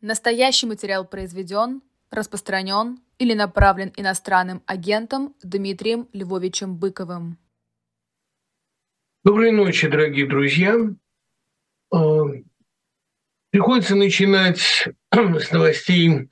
Настоящий материал произведен, распространен или направлен иностранным агентом Дмитрием Львовичем Быковым. Доброй ночи, дорогие друзья. Приходится начинать с новостей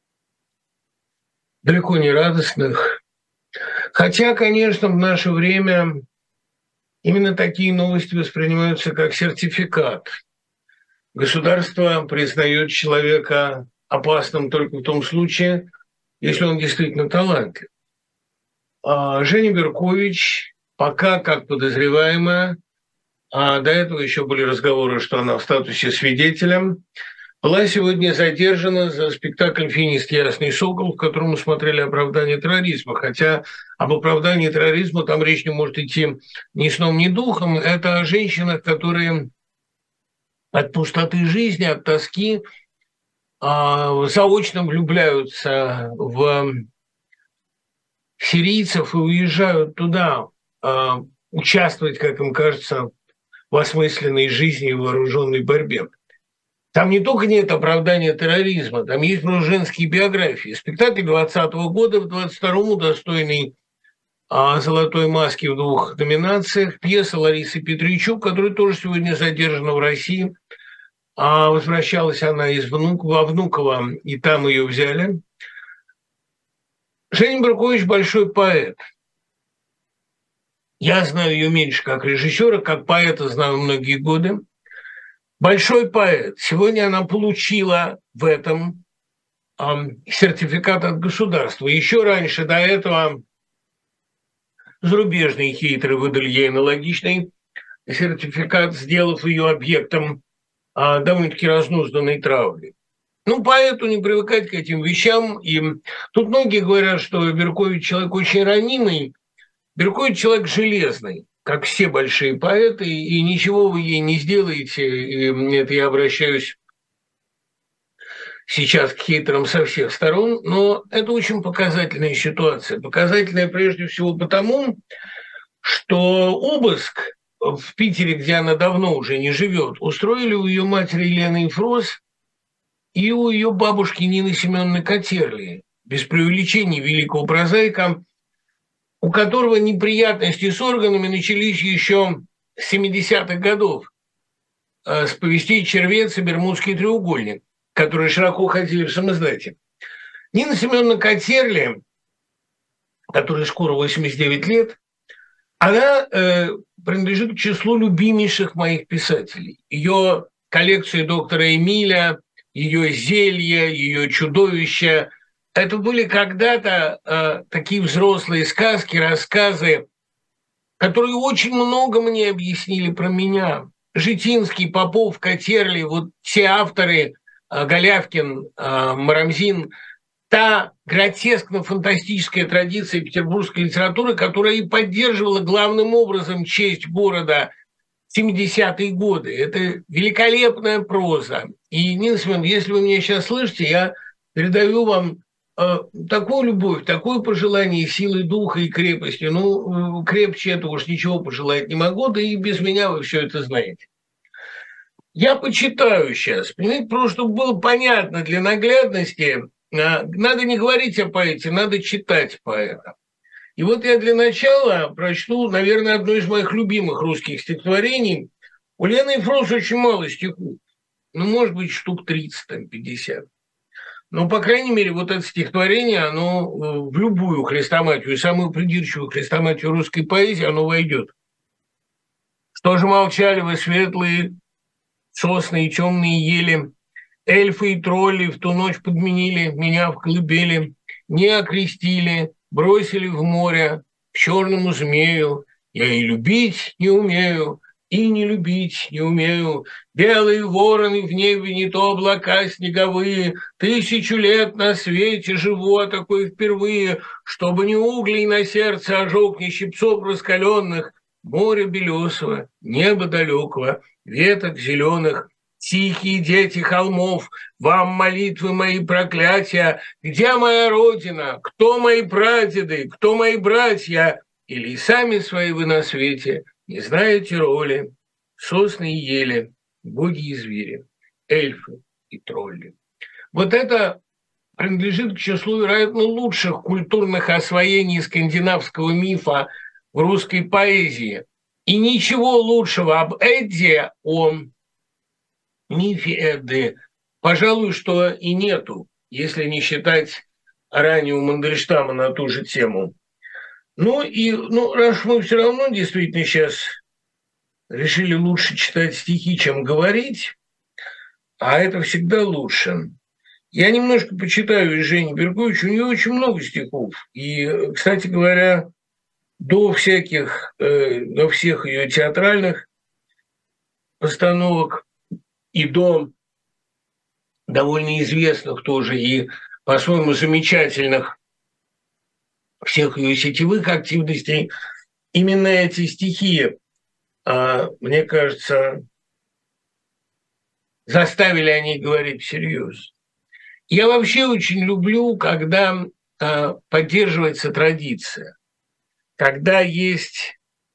далеко не радостных. Хотя, конечно, в наше время именно такие новости воспринимаются как сертификат. Государство признает человека опасным только в том случае, если он действительно талантлив. Женя Беркович пока как подозреваемая, а до этого еще были разговоры, что она в статусе свидетеля, была сегодня задержана за спектакль «Финист. Ясный сокол», в котором мы смотрели «Оправдание терроризма». Хотя об оправдании терроризма там речь не может идти ни сном, ни духом. Это о женщинах, которые от пустоты жизни, от тоски заочно влюбляются в сирийцев и уезжают туда участвовать, как им кажется, в осмысленной жизни и вооруженной борьбе. Там не только нет оправдания терроризма, там есть просто женские биографии. Спектакль 2020 года, в 22-м удостоенный «Золотой маски» в 2 номинациях, пьеса Ларисы Петричук, которая тоже сегодня задержана в России. Возвращалась она во Внуково, и там ее взяли. Женя Беркович большой поэт. Я знаю ее меньше как режиссера, как поэта знаю многие годы. Большой поэт. Сегодня она получила в этом сертификат от государства. Еще раньше, до этого, зарубежные хейтеры выдали ей аналогичный сертификат, сделав ее объектом довольно-таки разнузданной травли. Поэту не привыкать к этим вещам. И тут многие говорят, что Беркович человек очень ранимый. Беркович человек железный, как все большие поэты, и ничего вы ей не сделаете. И это я обращаюсь сейчас к хейтерам со всех сторон, но это очень показательная ситуация. Показательная прежде всего потому, что обыск в Питере, где она давно уже не живет, устроили у ее матери Елены Ефрос и у ее бабушки Нины Семеновны Котерли, без преувеличений великого прозаика, у которого неприятности с органами начались еще с 70-х годов, с повестей «Червец» и «Бермудский треугольник», которые широко ходили в самоиздате. Нина Семеновна Котерли, которой скоро 89 лет, она принадлежит к числу любимейших моих писателей. Ее коллекции доктора Эмиля, ее зелья, ее чудовища – это были когда-то такие взрослые сказки, рассказы, которые очень много мне объяснили про меня. Житинский, Попов, Котерли, вот все авторы, Голявкин, Марамзин – та гротескно-фантастическая традиция петербургской литературы, которая и поддерживала главным образом честь города в 70-е годы. Это великолепная проза. И, Нина Семеновна, если вы меня сейчас слышите, я передаю вам такую любовь, такое пожелание силы духа и крепости. Крепче этого уж ничего пожелать не могу, да и без меня вы все это знаете. Я почитаю сейчас, понимаете, просто чтобы было понятно для наглядности. Надо не говорить о поэте, надо читать поэта. И вот я для начала прочту, наверное, одно из моих любимых русских стихотворений. У Лены Ефрос очень мало стихов, может быть, штук 30, 50. Но, по крайней мере, вот это стихотворение, оно в любую хрестоматию, самую придирчивую хрестоматию русской поэзии, оно войдет. Что же молчали вы, светлые сосны и темные ели? Эльфы и тролли в ту ночь подменили меня в колыбели, не окрестили, бросили в море к черному змею. Я и любить не умею, и не любить не умею. Белые вороны в небе, не то облака снеговые. 1000 лет на свете живу, а такой впервые, чтобы ни углей на сердце ожог, ни щипцов раскаленных. Море белесого, небо далекого, веток зеленых. Тихие дети холмов, вам молитвы мои проклятия. Где моя родина? Кто мои прадеды? Кто мои братья? Или сами свои вы на свете не знаете роли? Сосны и ели, боги и звери, эльфы и тролли. Вот это принадлежит к числу, вероятно, лучших культурных освоений скандинавского мифа в русской поэзии. И ничего лучшего об Эдде, о мифе Эдды, пожалуй, что и нету, если не считать раннего Мандельштама на ту же тему. Раз мы все равно действительно сейчас решили лучше читать стихи, чем говорить, а это всегда лучше. Я немножко почитаю из Жени Беркович, у нее очень много стихов. И, кстати говоря, до всех ее театральных постановок и до довольно известных тоже и по-своему замечательных всех ее сетевых активностей, именно эти стихи, мне кажется, заставили о ней говорить всерьез. Я вообще очень люблю, когда поддерживается традиция, когда есть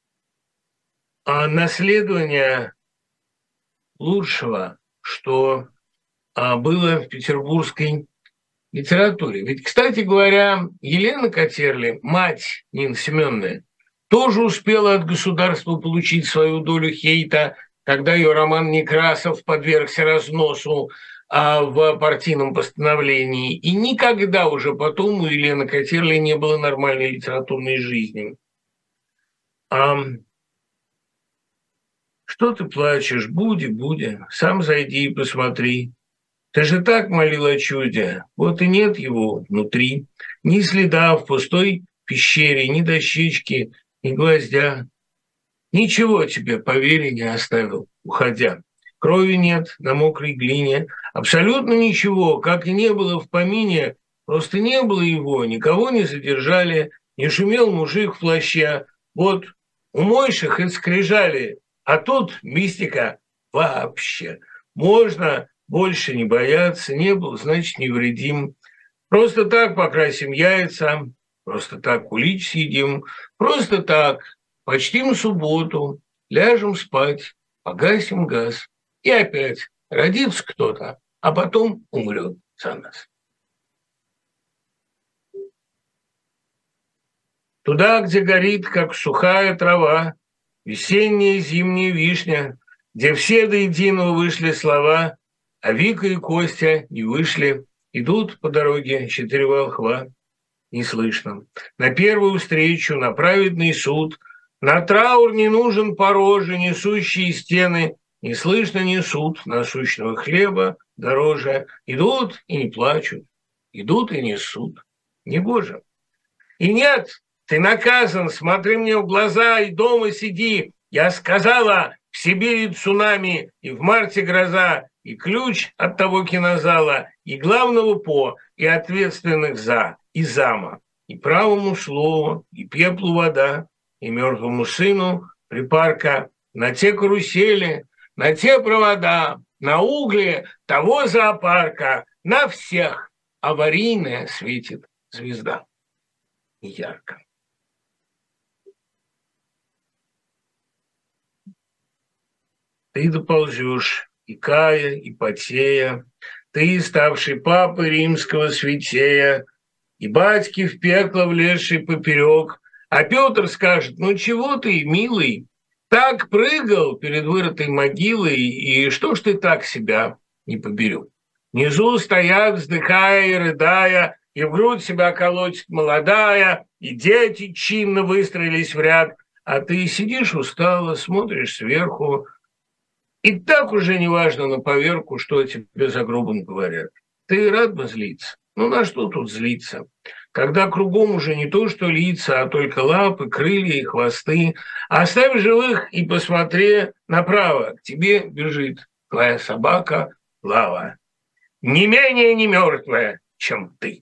наследование лучшего, что было в петербургской литературе. Ведь, кстати говоря, Елена Катерли, мать Нины Семеновны, тоже успела от государства получить свою долю хейта, когда ее роман «Некрасов» подвергся разносу в партийном постановлении. И никогда уже потом у Елены Катерли не было нормальной литературной жизни. Что ты плачешь? Буди, сам зайди и посмотри. Ты же так молил о чуде, вот и нет его внутри. Ни следа в пустой пещере, ни дощечки, ни гвоздя. Ничего тебе, поверь, не оставил, уходя. Крови нет на мокрой глине, абсолютно ничего, как и не было в помине, просто не было его, никого не задержали, не шумел мужик в плаще. Вот у Мойших и скрижали, а тут мистика вообще. Можно больше не бояться, не был, значит, невредим. Просто так покрасим яйца, просто так кулич съедим, просто так почтим субботу, ляжем спать, погасим газ. И опять родится кто-то, а потом умрет за нас. Туда, где горит, как сухая трава, весенняя зимняя вишня, где все до единого вышли слова, а Вика и Костя не вышли, идут по дороге 4 волхва, не слышно. На первую встречу, на праведный суд, на траур не нужен пороже, несущие стены, не слышно несут насущного хлеба дороже. Идут и не плачут, идут и несут. Негоже. И нет, ты наказан, смотри мне в глаза и дома сиди. Я сказала, в Сибири цунами, и в марте гроза, и ключ от того кинозала, и главного по, и ответственных за, и зама, и правому слову, и пеплу вода, и мертвому сыну припарка на те карусели, на те провода, на угле того зоопарка, на всех аварийная светит звезда. Ярко. Ты доползешь, и кая, и потея, ты, ставший папой римского святея, и батьки в пекло влезший поперек, а Петр скажет, ну чего ты, милый, так прыгал перед вырытой могилой, и что ж ты так себя не поберёг? Внизу стоят, вздыхая и рыдая, и в грудь себя колотит молодая, и дети чинно выстроились в ряд, а ты сидишь устало, смотришь сверху, и так уже неважно на поверку, что тебе за гробом говорят. Ты рад бы злиться? Ну на что тут злиться? Когда кругом уже не то что лица, а только лапы, крылья и хвосты. Оставь живых и посмотри направо. К тебе бежит твоя собака Лава. Не менее не мертвая, чем ты.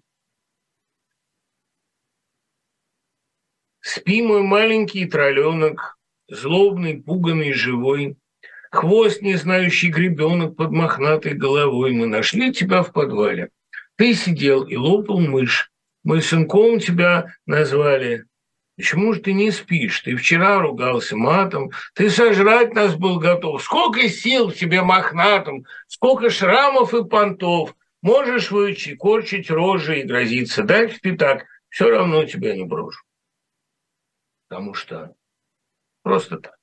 Спи, мой маленький тролленок, злобный, пуганный, живой, хвост, не знающий гребенок под мохнатой головой. Мы нашли тебя в подвале. Ты сидел и лопал мышь. Мы сынком тебя назвали. Почему же ты не спишь? Ты вчера ругался матом, ты сожрать нас был готов. Сколько сил в тебе мохнатом, сколько шрамов и понтов. Можешь выйти, корчить рожи и грозиться дать в пятак, все равно тебя не брошу. Потому что просто так.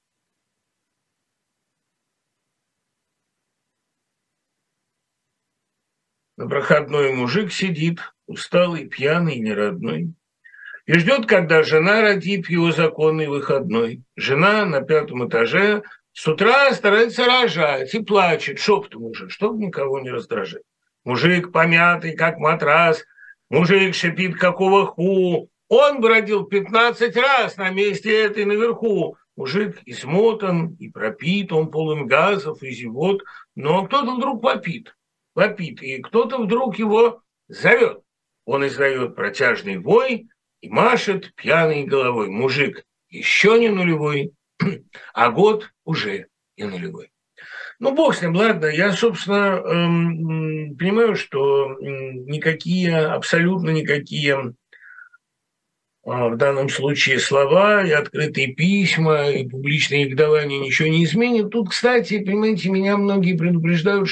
На проходной мужик сидит, усталый, пьяный, неродной, и ждет, когда жена родит в его законный выходной. Жена на 5-м этаже с утра старается рожать и плачет шепотом уже, чтобы никого не раздражать. Мужик помятый, как матрас, мужик шипит, какого ху. Он бы родил 15 раз на месте этой наверху. Мужик измотан и пропит, он полон газов и зевот, но кто-то вдруг вопит, и кто-то вдруг его зовет. Он издает протяжный вой и машет пьяной головой. Мужик еще не нулевой, а год уже не нулевой. Ну, бог с ним, ладно. Я, собственно, понимаю, что абсолютно никакие в данном случае слова и открытые письма, и публичные негодования ничего не изменят. Тут, кстати, понимаете, меня многие предупреждают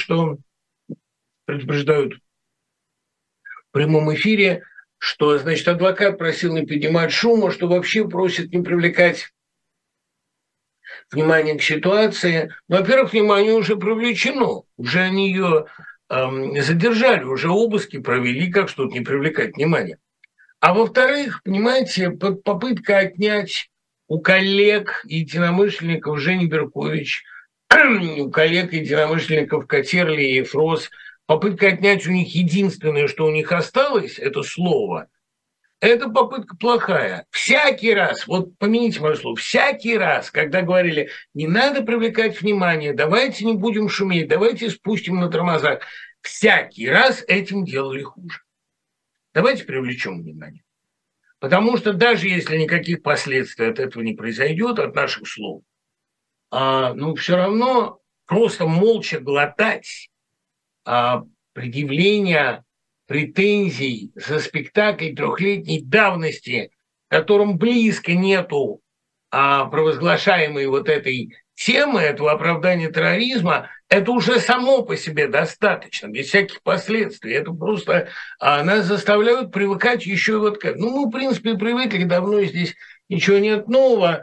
в прямом эфире, что, значит, адвокат просил не поднимать шума, что вообще просит не привлекать внимание к ситуации. Во-первых, внимание уже привлечено, уже они ее задержали, уже обыски провели, как что тут не привлекать внимание. А во-вторых, понимаете, попытка отнять у коллег и единомышленников Жени Беркович, у коллег и единомышленников Катерли и Фрос, попытка отнять у них единственное, что у них осталось, это слово, это попытка плохая. Всякий раз, вот помяните мое слово, всякий раз, когда говорили, не надо привлекать внимание, давайте не будем шуметь, давайте спустим на тормозах, всякий раз этим делали хуже. Давайте привлечем внимание. Потому что даже если никаких последствий от этого не произойдет, от наших слов, все равно просто молча глотать предъявления претензий за спектакль 3-летней давности, в котором близко нету провозглашаемой вот этой темы, этого оправдания терроризма, это уже само по себе достаточно, без всяких последствий. Это просто нас заставляют привыкать еще и вот как. Ну, мы, в принципе, привыкли, давно здесь ничего нет нового.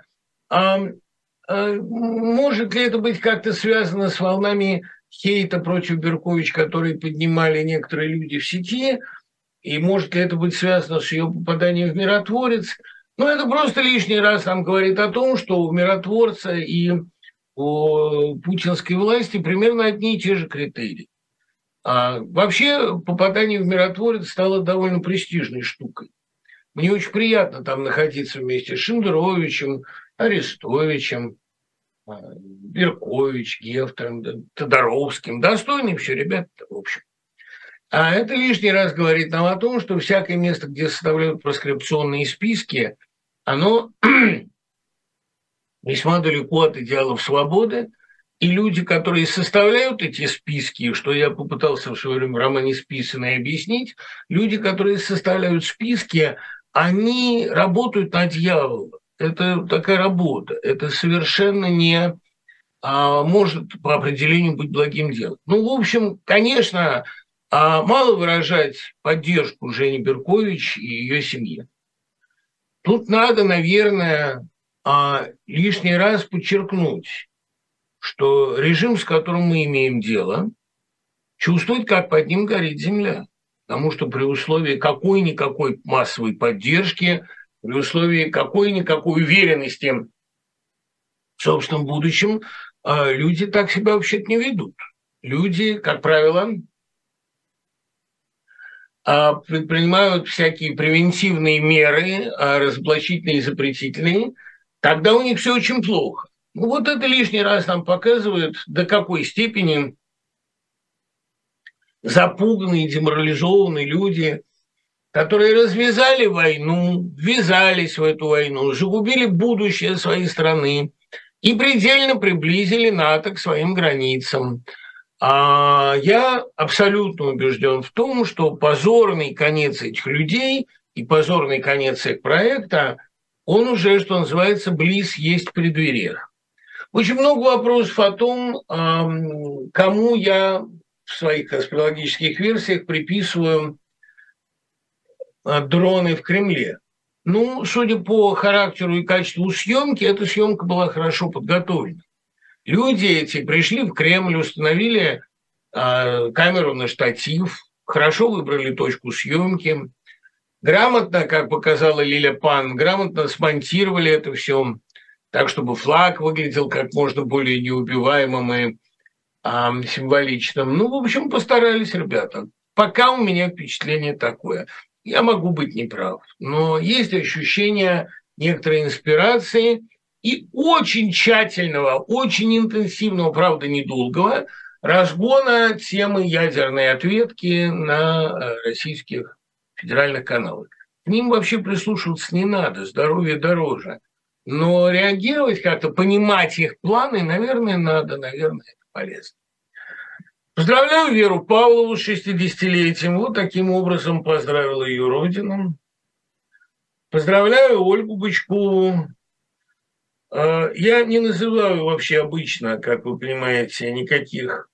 Может ли это быть как-то связано с волнами хейта против Беркович, которые поднимали некоторые люди в сети? И может ли это быть связано с ее попаданием в «Миротворец»? Ну, это просто лишний раз нам говорит о том, что у «Миротворца» и у путинской власти примерно одни и те же критерии. Вообще попадание в «Миротворец» стало довольно престижной штукой. Мне очень приятно там находиться вместе с Шендеровичем, Арестовичем, Беркович, Гефтером, Тодоровским. Достойные все ребята, в общем. А это лишний раз говорит нам о том, что всякое место, где составляют проскрипционные списки, оно весьма далеко от идеалов свободы, и люди, которые составляют эти списки, что я попытался в свое время в романе «Списанное» объяснить, люди, которые составляют списки, они работают на дьявола. Это такая работа. Это совершенно не может по определению быть благим делом. Ну, в общем, конечно, мало выражать поддержку Жени Беркович и ее семье. Тут надо, наверное, лишний раз подчеркнуть, что режим, с которым мы имеем дело, чувствует, как под ним горит земля. Потому что при условии какой-никакой массовой поддержки, при условии какой-никакой уверенности в собственном будущем, люди так себя вообще-то не ведут. Люди, как правило, предпринимают всякие превентивные меры, разоблачительные и запретительные, тогда у них все очень плохо. Ну, вот это лишний раз нам показывает, до какой степени запуганные, деморализованные люди, которые развязали войну, ввязались в эту войну, загубили будущее своей страны и предельно приблизили НАТО к своим границам. Я абсолютно убежден в том, что позорный конец этих людей и позорный конец их проекта, он уже, что называется, близ есть при дверях. Очень много вопросов о том, кому я в своих конспирологических версиях приписываю дроны в Кремле. Ну, судя по характеру и качеству съемки, эта съемка была хорошо подготовлена. Люди эти пришли в Кремль, установили камеру на штатив, хорошо выбрали точку съемки, грамотно, как показала Лиля Пан, грамотно смонтировали это все так, чтобы флаг выглядел как можно более неубиваемым и символичным. Ну, в общем, постарались ребята. Пока у меня впечатление такое. Я могу быть неправ, но есть ощущение некоторой инспирации и очень тщательного, очень интенсивного, правда, недолгого разгона темы ядерной ответки на российских федеральных каналах. К ним вообще прислушиваться не надо, здоровье дороже. Но реагировать как-то, понимать их планы, наверное, надо, наверное, это полезно. Поздравляю Веру Павлову с 60-летием. Вот таким образом поздравила ее родину. Поздравляю Ольгу Бычкову. Я не называю вообще обычно, как вы понимаете, никаких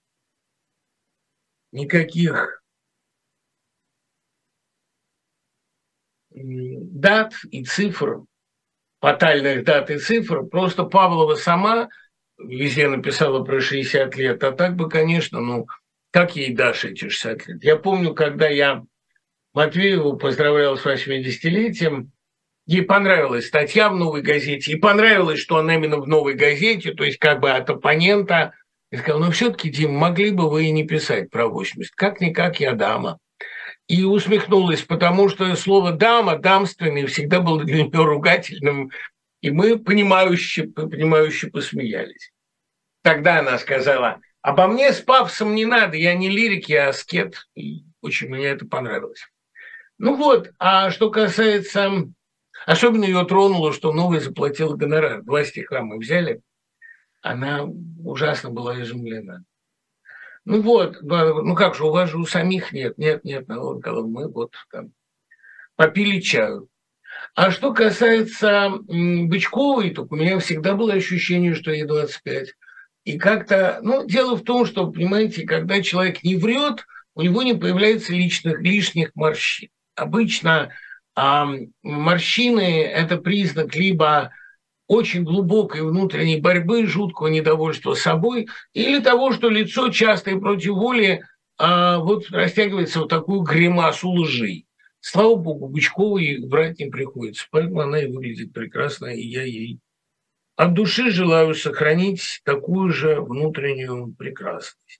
дат и цифр, фатальных дат и цифр. Просто Павлова сама везде написала про 60 лет, а так бы, конечно, ну, как ей дашь эти 60 лет? Я помню, когда я Матвееву поздравлял с 80-летием, ей понравилась статья в «Новой газете», и понравилось, что она именно в «Новой газете», то есть как бы от оппонента. Я сказал, ну, все-таки, Дим, могли бы вы и не писать про 80. Как-никак я дама. И усмехнулась, потому что слово «дама», «дамственный» всегда было для нее ругательным, и мы понимающе посмеялись. Тогда она сказала, обо мне с пафосом не надо, я не лирик, я аскет. И очень мне это понравилось. Ну вот, а что касается... Особенно ее тронуло, что Новая заплатила гонорар. 2 стиха мы взяли. Она ужасно была изумлена. Ну вот, ну как же, у вас же у самих нет. Нет, мы вот там попили чаю. А что касается Бычковой, то у меня всегда было ощущение, что ей 25. И как-то, ну, дело в том, что, понимаете, когда человек не врет, у него не появляется лишних морщин. Обычно морщины – это признак либо очень глубокой внутренней борьбы, жуткого недовольства собой, или того, что лицо часто и против воли вот растягивается в такую гримасу лжи. Слава богу, Бычковой врать не приходится, поэтому она и выглядит прекрасно, и я ей от души желаю сохранить такую же внутреннюю прекрасность.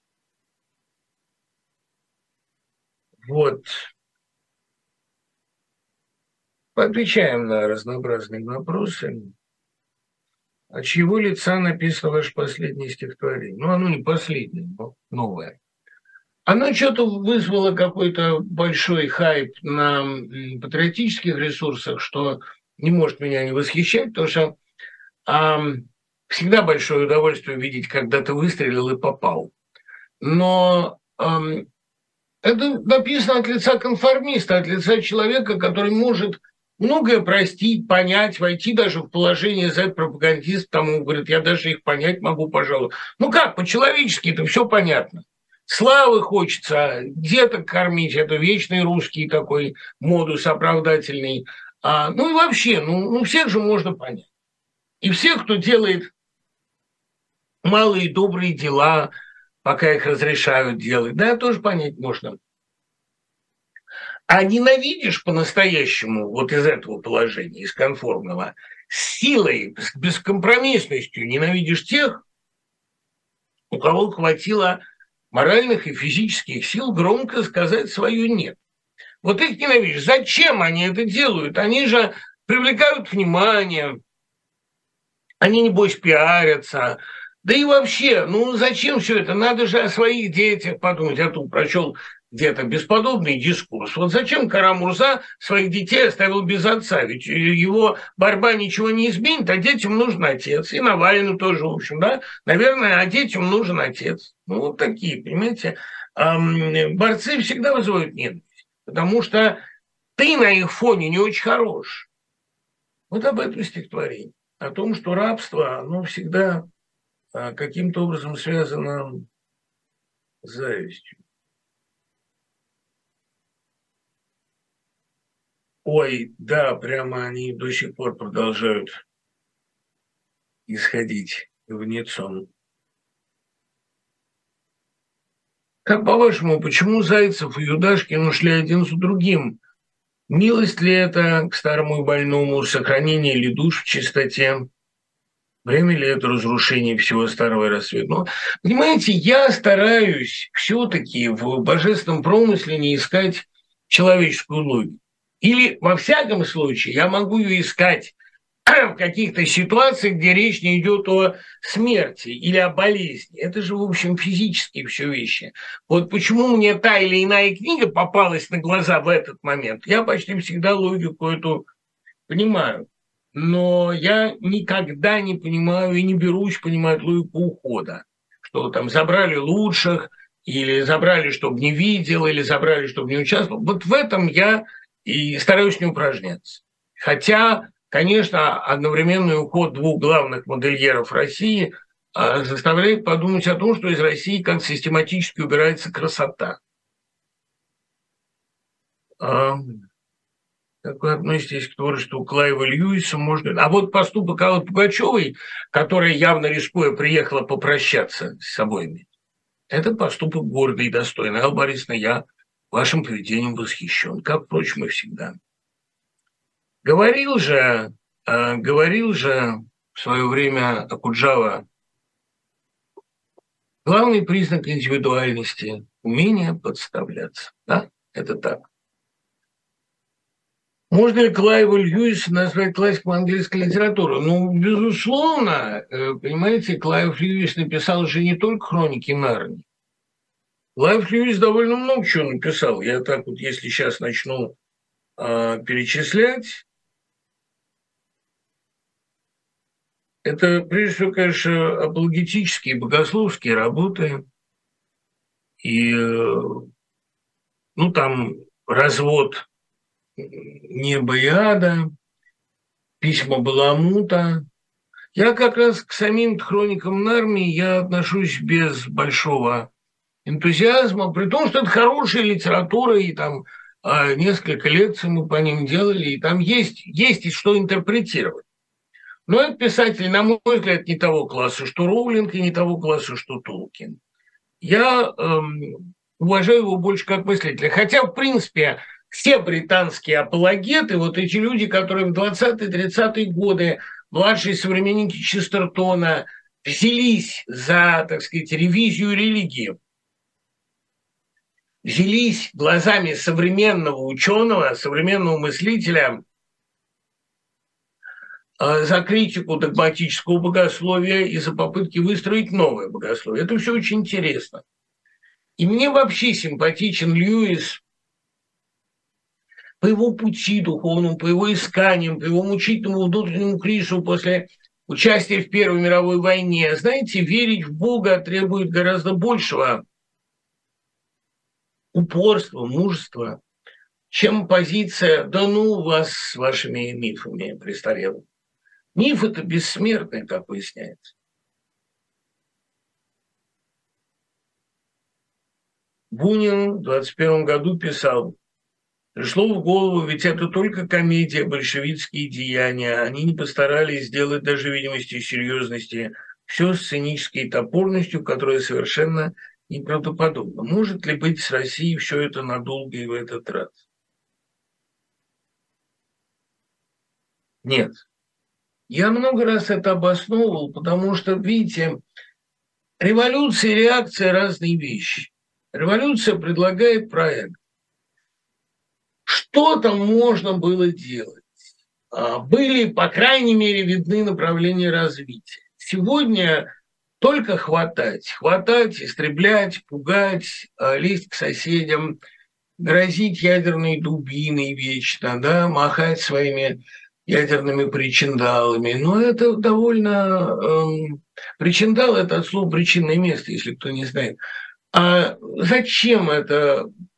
Вот. Поотвечаем на разнообразные вопросы. От чьего лица написано ваше последнее стихотворение? Ну, оно не последнее, но новое. Оно что-то вызвало какой-то большой хайп на патриотических ресурсах, что не может меня не восхищать, потому что всегда большое удовольствие видеть, когда ты выстрелил и попал. Но это написано от лица конформиста, от лица человека, который может многое простить, понять, войти даже в положение Z-пропагандист, тому говорит, я даже их понять могу, пожалуй. Ну как, по-человечески это все понятно. Славы хочется, деток кормить, это вечный русский такой модус оправдательный. Ну и вообще, ну всех же можно понять. И всех, кто делает малые добрые дела, пока их разрешают делать, да, тоже понять можно. А ненавидишь по-настоящему вот из этого положения, из конформного, с силой, с бескомпромиссностью ненавидишь тех, у кого хватило моральных и физических сил громко сказать свое «нет». Вот их ненавидишь. Зачем они это делают? Они же привлекают внимание, они, небось, пиарятся. Да и вообще, ну зачем все это? Надо же о своих детях подумать. Я тут прочел где-то бесподобный дискурс. Вот зачем Кара-Мурза своих детей оставил без отца? Ведь его борьба ничего не изменит, а детям нужен отец. И Навальному тоже, в общем, да? Наверное, а детям нужен отец. Ну, вот такие, понимаете? Борцы всегда вызывают ненависть, потому что ты на их фоне не очень хорош. Вот об этом стихотворение. О том, что рабство, оно всегда каким-то образом связано Завистью. Ой, да, прямо они до сих пор продолжают исходить в ницон. Как по-вашему, почему Зайцев и Юдашкин ушли один за другим? Милость ли это к старому и больному, сохранение ли душ в чистоте? Время ли это разрушение всего старого и рассвета? Но, понимаете, я стараюсь все-таки в божественном промысле не искать человеческую логику. Или, во всяком случае, я могу ее искать в каких-то ситуациях, где речь не идет о смерти или о болезни. Это же, в общем, физические все вещи. Вот почему мне та или иная книга попалась на глаза в этот момент, я почти всегда логику эту понимаю. Но я никогда не понимаю и не берусь понимать логику ухода. Что там забрали лучших, или забрали, чтобы не видел, или забрали, чтобы не участвовал. Вот в этом я и стараюсь не упражняться. Хотя, конечно, одновременный уход двух главных модельеров России заставляет подумать о том, что из России как систематически убирается красота. Как вы относитесь к творчеству Клайва Льюиса? Можно... А вот поступок Аллы Пугачевой, которая, явно рискуя, приехала попрощаться с обоими, это поступок гордый и достойный. Алла Борисовна, я вашим поведением восхищен, как, впрочем, и всегда. Говорил же в свое время Окуджава, главный признак индивидуальности – умение подставляться. Да, это так. Можно ли Клайва Льюиса назвать классиком английской литературы? Ну, безусловно, понимаете, Клайв Льюис написал же не только «Хроники Нарнии». Клайв Льюис довольно много чего написал. Я так вот, если сейчас начну перечислять, это, прежде всего, конечно, апологетические, богословские работы. И, ну, там развод «Небо и ада», «Письма Баламута». Я как раз к самим хроникам Нарнии я отношусь без большого энтузиазма, при том, что это хорошая литература, и там несколько лекций мы по ним делали, и там есть и что интерпретировать. Но это писатель, на мой взгляд, не того класса, что Роулинг, и не того класса, что Толкин. Я уважаю его больше как мыслителя. Хотя, в принципе, все британские апологеты, вот эти люди, которые в 20-30-е годы, младшие современники Честертона, взялись за, так сказать, ревизию религии, взялись глазами современного ученого, современного мыслителя за критику догматического богословия и за попытки выстроить новое богословие. Это все очень интересно. И мне вообще симпатичен Льюис по его пути духовному, по его исканиям, по его мучительному внутреннему кризису после участия в Первой мировой войне. Знаете, верить в Бога требует гораздо большего упорства, мужества, чем позиция «да ну вас с вашими мифами престарелыми». Миф – это бессмертный, как выясняется. Бунин в 1921 году писал: «Пришло в голову, ведь это только комедия, большевистские деяния. Они не постарались сделать даже видимости серьезности, все с сценической топорностью, которая совершенно неправдоподобна. Может ли быть с Россией все это надолго и в этот раз?» Нет. Я много раз это обосновывал, потому что, видите, революция и реакция – разные вещи. Революция предлагает проект. Что там можно было делать? Были, по крайней мере, видны направления развития. Сегодня только хватать, истреблять, пугать, лезть к соседям, грозить ядерной дубиной вечно, да, махать своими ядерными причиндалами. Но это довольно... Причиндал – это от слова «причинное место», если кто не знает. А зачем это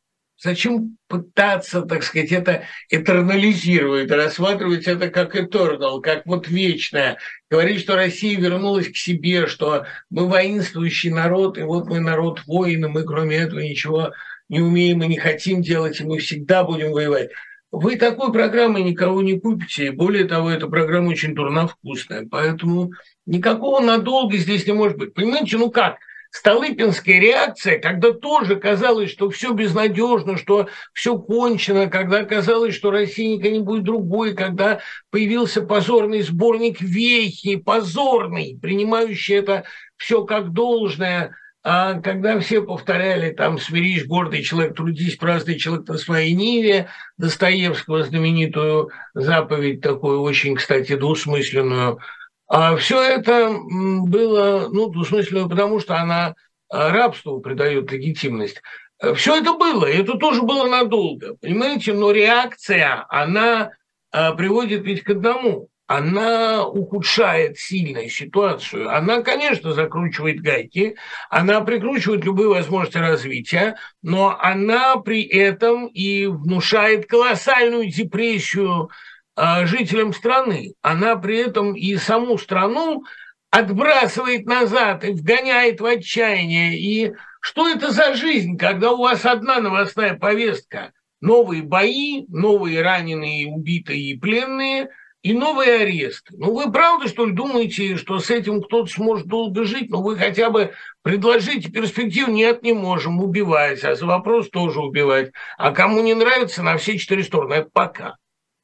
зачем пытаться, так сказать, это этернализировать, рассматривать это как eternal, как вот вечное, говорить, что Россия вернулась к себе, что мы воинствующий народ, и вот мы народ воин, и мы кроме этого ничего не умеем и не хотим делать, и мы всегда будем воевать. Вы такой программы никого не купите, и более того, эта программа очень дурновкусная, поэтому никакого надолго здесь не может быть. Понимаете, ну как? Столыпинская реакция, когда тоже казалось, что все безнадежно, что все кончено, когда казалось, что Россия никогда не будет другой, когда появился позорный сборник Вехи, позорный, принимающий это все как должное, а когда все повторяли там «Смирись, гордый человек, трудись, праздный человек на своей ниве», Достоевского знаменитую заповедь, такую очень, кстати, двусмысленную, а все это было, ну, двусмысленно, потому что она рабству придает легитимность. Все это было, и это тоже было надолго, понимаете? Но реакция, она приводит ведь к одному. Она ухудшает сильно ситуацию. Она, конечно, закручивает гайки, она прикручивает любые возможности развития, но она при этом и внушает колоссальную депрессию жителям страны. Она при этом и саму страну отбрасывает назад и вгоняет в отчаяние. И что это за жизнь, когда у вас одна новостная повестка? Новые бои, новые раненые, убитые и пленные, и новые аресты. Ну, вы правда, что ли, думаете, что с этим кто-то сможет долго жить? Ну, вы хотя бы предложите перспективу. Нет, не можем, убивать. А за вопрос тоже убивать. А кому не нравится, на все 4 стороны. Это пока.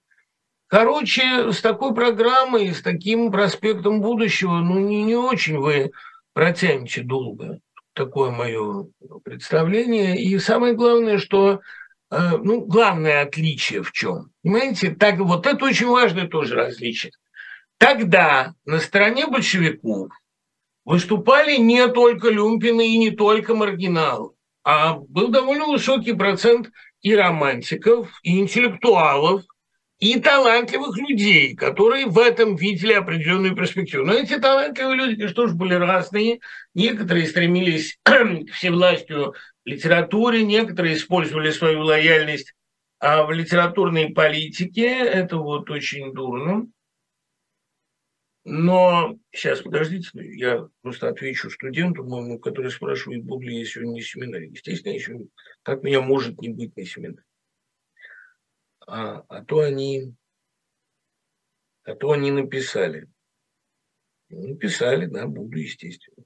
Короче, с такой программой, с таким проспектом будущего, ну, не очень вы протянете долго. Такое мое представление. И самое главное, что, ну, главное отличие в чем? Понимаете, так, вот это очень важное тоже различие. Тогда на стороне большевиков выступали не только люмпины и не только маргиналы, а был довольно высокий процент и романтиков, и интеллектуалов, и талантливых людей, которые в этом видели определенную перспективу. Но эти талантливые люди, конечно, тоже были разные. Некоторые стремились к всевластию в литературе, некоторые использовали свою лояльность в литературной политике. Это вот очень дурно. Но сейчас, подождите, я просто отвечу студенту моему, который спрашивает, буду ли я сегодня на семинаре. Естественно, еще как меня может не быть на семинаре. А то они написали. Написали, да, буду, естественно.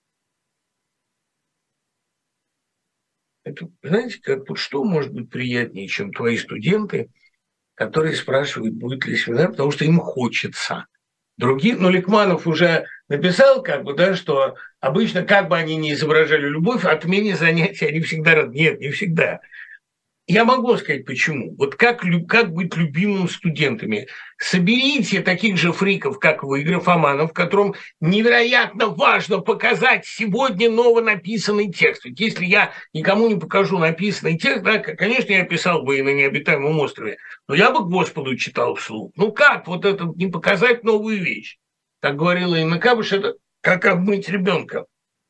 Это, знаете, как вот что может быть приятнее, чем твои студенты, которые спрашивают, будет ли семинар, потому что им хочется. Другие, ну, Ликманов уже написал, как бы, да, что обычно, как бы они ни изображали любовь, отмене занятий они всегда рады. Нет, не всегда. Я могу сказать, почему. Вот как быть любимым студентами? Соберите таких же фриков, как вы, графоманов, которым невероятно важно показать сегодня новонаписанный текст. Ведь если я никому не покажу написанный текст, да, конечно, я писал бы и на необитаемом острове, но я бы к Господу читал вслух. Ну как вот это не показать новую вещь? Как говорила Инна Кабыш, это как обмыть ребенка.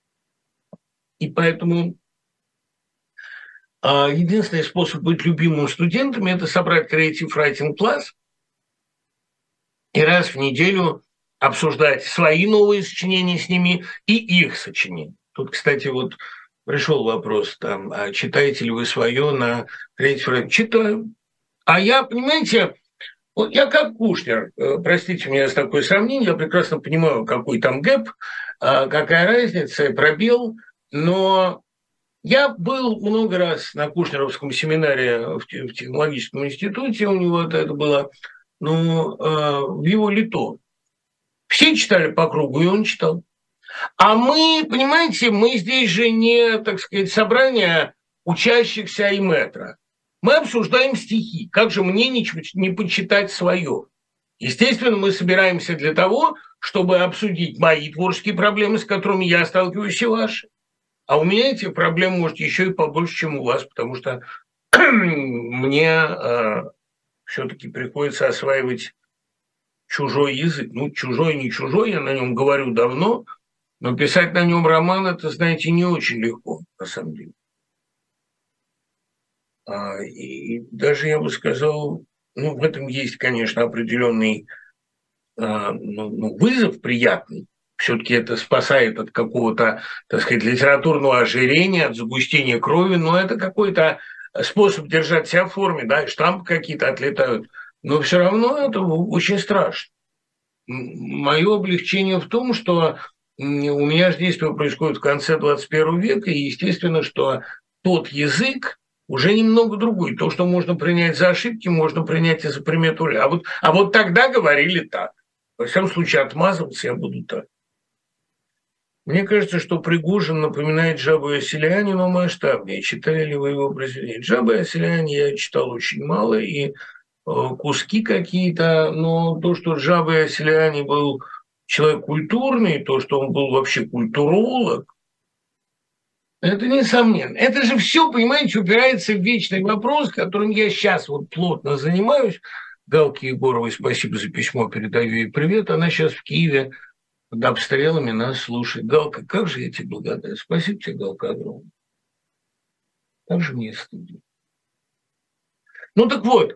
И поэтому единственный способ быть любимым студентами – это собрать Creative Writing класс и раз в неделю обсуждать свои новые сочинения с ними и их сочинения. Тут, кстати, вот пришел вопрос, там, а читаете ли вы свое на Creative Writing? Читаю. А я, понимаете, вот я как Кушнер, простите меня за такое сравнение, я прекрасно понимаю, какой там гэп, какая разница, пробел, но я был много раз на Кушнеровском семинаре в технологическом институте, у него это было, ну, в его лито. Все читали по кругу, и он читал. А мы, понимаете, мы здесь же не, так сказать, собрание учащихся и метра. Мы обсуждаем стихи. Как же мне не почитать свое? Естественно, мы собираемся для того, чтобы обсудить мои творческие проблемы, с которыми я сталкиваюсь, и ваши. А у меня этих проблем, может, еще и побольше, чем у вас, потому что мне все-таки приходится осваивать чужой язык. Ну, чужой, не чужой, я на нем говорю давно, но писать на нем роман, это, знаете, не очень легко, на самом деле. И даже, я бы сказал, ну, в этом есть, конечно, определенный вызов приятный. Все-таки это спасает от какого-то, так сказать, литературного ожирения, от загустения крови, но это какой-то способ держать себя в форме, да, и штампы какие-то отлетают. Но все равно это очень страшно. Мое облегчение в том, что у меня же действие происходит в конце 21 века, и естественно, что тот язык уже немного другой. То, что можно принять за ошибки, можно принять и за примету. А вот тогда говорили так. Во всяком случае, отмазываться я буду так. Мне кажется, что Пригожин напоминает Джабу и Асселяне, но масштабнее. Читали ли вы его произведения? Джаба и Асселяне я читал очень мало, и куски какие-то, но то, что Джаба и Асселяне был человек культурный, то, что он был вообще культуролог, это несомненно. Это же все, понимаете, упирается в вечный вопрос, которым я сейчас вот плотно занимаюсь. Галке Егоровой спасибо за письмо, передаю ей привет. Она сейчас в Киеве под обстрелами нас слушает. Галка, как же я тебе благодарен. Спасибо тебе, Галка, огромное. Как же мне стыдно. Ну так вот,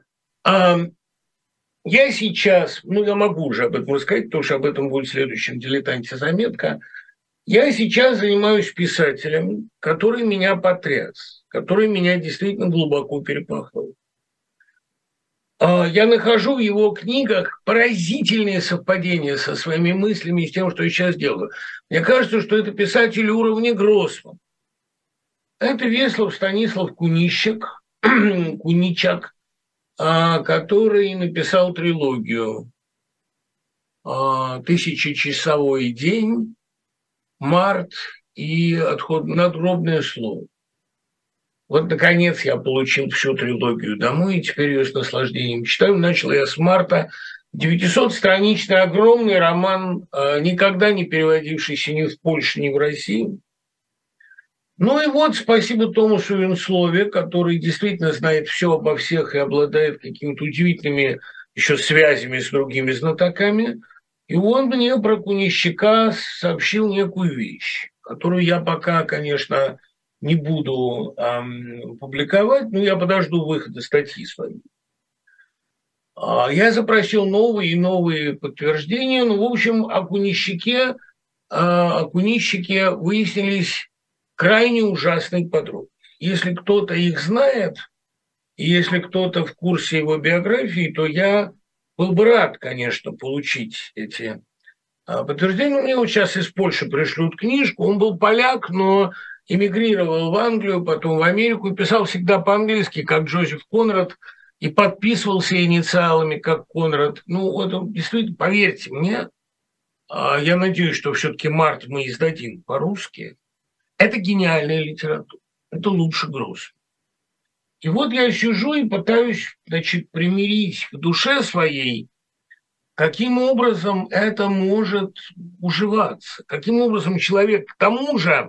я сейчас, я могу уже об этом рассказать, потому что об этом будет в следующем «Дилетанте» заметка. Я сейчас занимаюсь писателем, который меня потряс, который меня действительно глубоко перепахнул. Я нахожу в его книгах поразительные совпадения со своими мыслями и с тем, что я сейчас делаю. Мне кажется, что это писатель уровня Гроссмана. Это Веслов Станислав Кунищак, который написал трилогию «Тысячечасовой день», «Март» и «Надгробное слово». Вот, наконец, я получил всю трилогию домой, и теперь ее с наслаждением читаю. Начал я с «Марта». 900-страничный огромный роман, никогда не переводившийся ни в Польшу, ни в Россию. Ну и вот спасибо Томасу Венслове, который действительно знает все обо всех и обладает какими-то удивительными еще связями с другими знатоками. И он мне про Кунищака сообщил некую вещь, которую я пока, конечно, не буду публиковать, но я подожду выхода статьи своей. Я запросил новые и новые подтверждения. Ну, в общем, о Кунищаке выяснились крайне ужасные подробности. Если кто-то их знает, и если кто-то в курсе его биографии, то я был бы рад, конечно, получить эти подтверждения. Мне вот сейчас из Польши пришлют книжку. Он был поляк, но эмигрировал в Англию, потом в Америку, и писал всегда по-английски, как Джозеф Конрад, и подписывался инициалами, как Конрад. Ну, вот действительно, поверьте мне, я надеюсь, что все-таки «Март» мы издадим по-русски. Это гениальная литература. Это лучше Гроссмана. И вот я сижу и пытаюсь, примирить в душе своей, каким образом это может уживаться, каким образом человек, к тому же,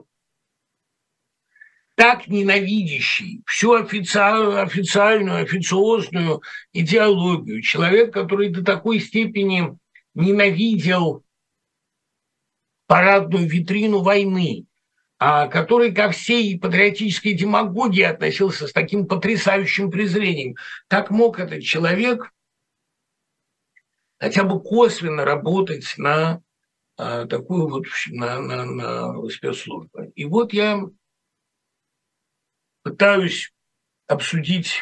так ненавидящий всю официальную, официозную идеологию, человек, который до такой степени ненавидел парадную витрину войны, который ко всей патриотической демагогии относился с таким потрясающим презрением. Как мог этот человек хотя бы косвенно работать на такую вот на спецслужбу? И вот я пытаюсь обсудить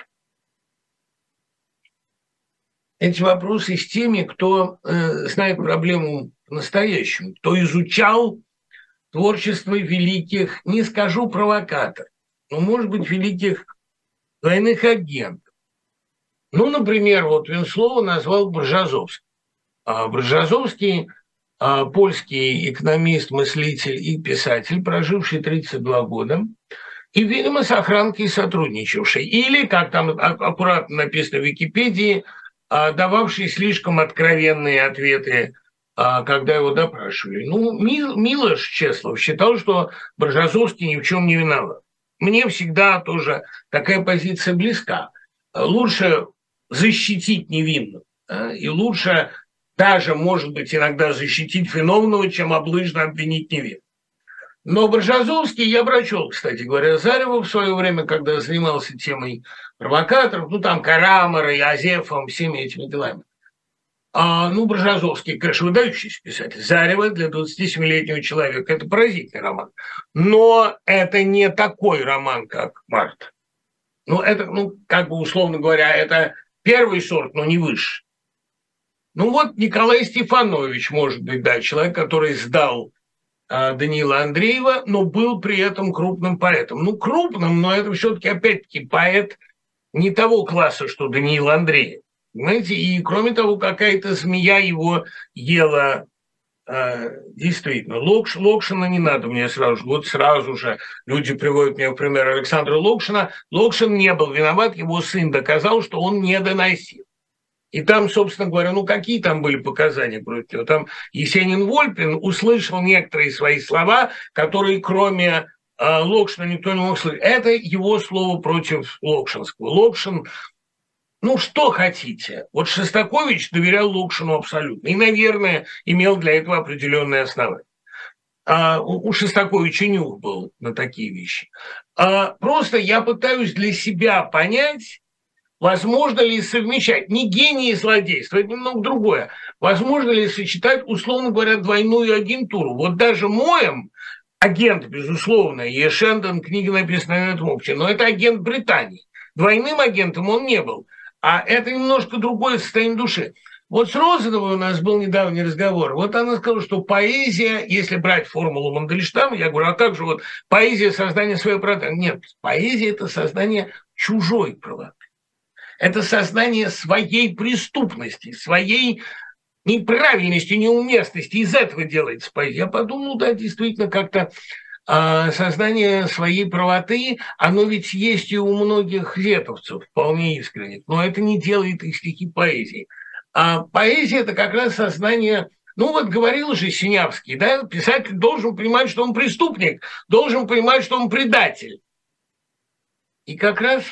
эти вопросы с теми, кто знает проблему по-настоящему, кто изучал творчество великих, не скажу провокаторов, но, может быть, великих двойных агентов. Ну, например, вот Венслова назвал Бржазовский. Бржазовский – польский экономист, мыслитель и писатель, проживший 32 года, и, видимо, с охранкой сотрудничавший. Или, как там аккуратно написано в Википедии, дававший слишком откровенные ответы, когда его допрашивали. Ну, Милош Чеслов считал, что Бржазовский ни в чем не виноват. Мне всегда тоже такая позиция близка. Лучше защитить невинного, и лучше даже, может быть, иногда защитить виновного, чем облыжно обвинить невинного. Но Боржазовский я прочел, кстати говоря, Зарева в свое время, когда занимался темой провокаторов, ну, там, Карамарой, Азефом, всеми этими делами. Боржазовский, конечно, выдающийся писатель. Зарево для 27-летнего человека – это поразительный роман. Но это не такой роман, как «Март». Это, как бы условно говоря, это первый сорт, но не выше. Николай Стефанович, может быть, да, человек, который сдал Даниила Андреева, но был при этом крупным поэтом. Крупным, но это все-таки, опять-таки, поэт не того класса, что Даниил Андреев. Понимаете? И, кроме того, какая-то змея его ела. Действительно, Локшина не надо мне сразу же люди приводят мне в пример Александра Локшина. Локшин не был виноват, его сын доказал, что он не доносил. И там, собственно говоря, какие там были показания против него? Там Есенин Вольпин услышал некоторые свои слова, которые кроме Локшина никто не мог слышать. Это его слово против Локшинского. Локшин, что хотите. Шостакович доверял Локшину абсолютно. И, наверное, имел для этого определенные основания. У Шостаковича нюх был на такие вещи. Просто я пытаюсь для себя понять, возможно ли совмещать не гений и злодейство, это немного другое. Возможно ли сочетать, условно говоря, двойную агентуру? Даже Моэм, агент, безусловно, и Шендон, книга написана на этом общем, но это агент Британии. Двойным агентом он не был. А это немножко другое состояние души. С Розановой у нас был недавний разговор. Она сказала, что поэзия, если брать формулу Мандельштама, я говорю, а как же поэзия создания своей правоты? Нет, поэзия – это создание чужой правоты. Это сознание своей преступности, своей неправильности, неуместности. Из этого делается поэзия. Я подумал, да, действительно, как-то сознание своей правоты, оно ведь есть и у многих летовцев, вполне искренних, но это не делает их стихи поэзией. А поэзия – это как раз сознание, говорил же Синявский, да, писатель должен понимать, что он преступник, должен понимать, что он предатель. И как раз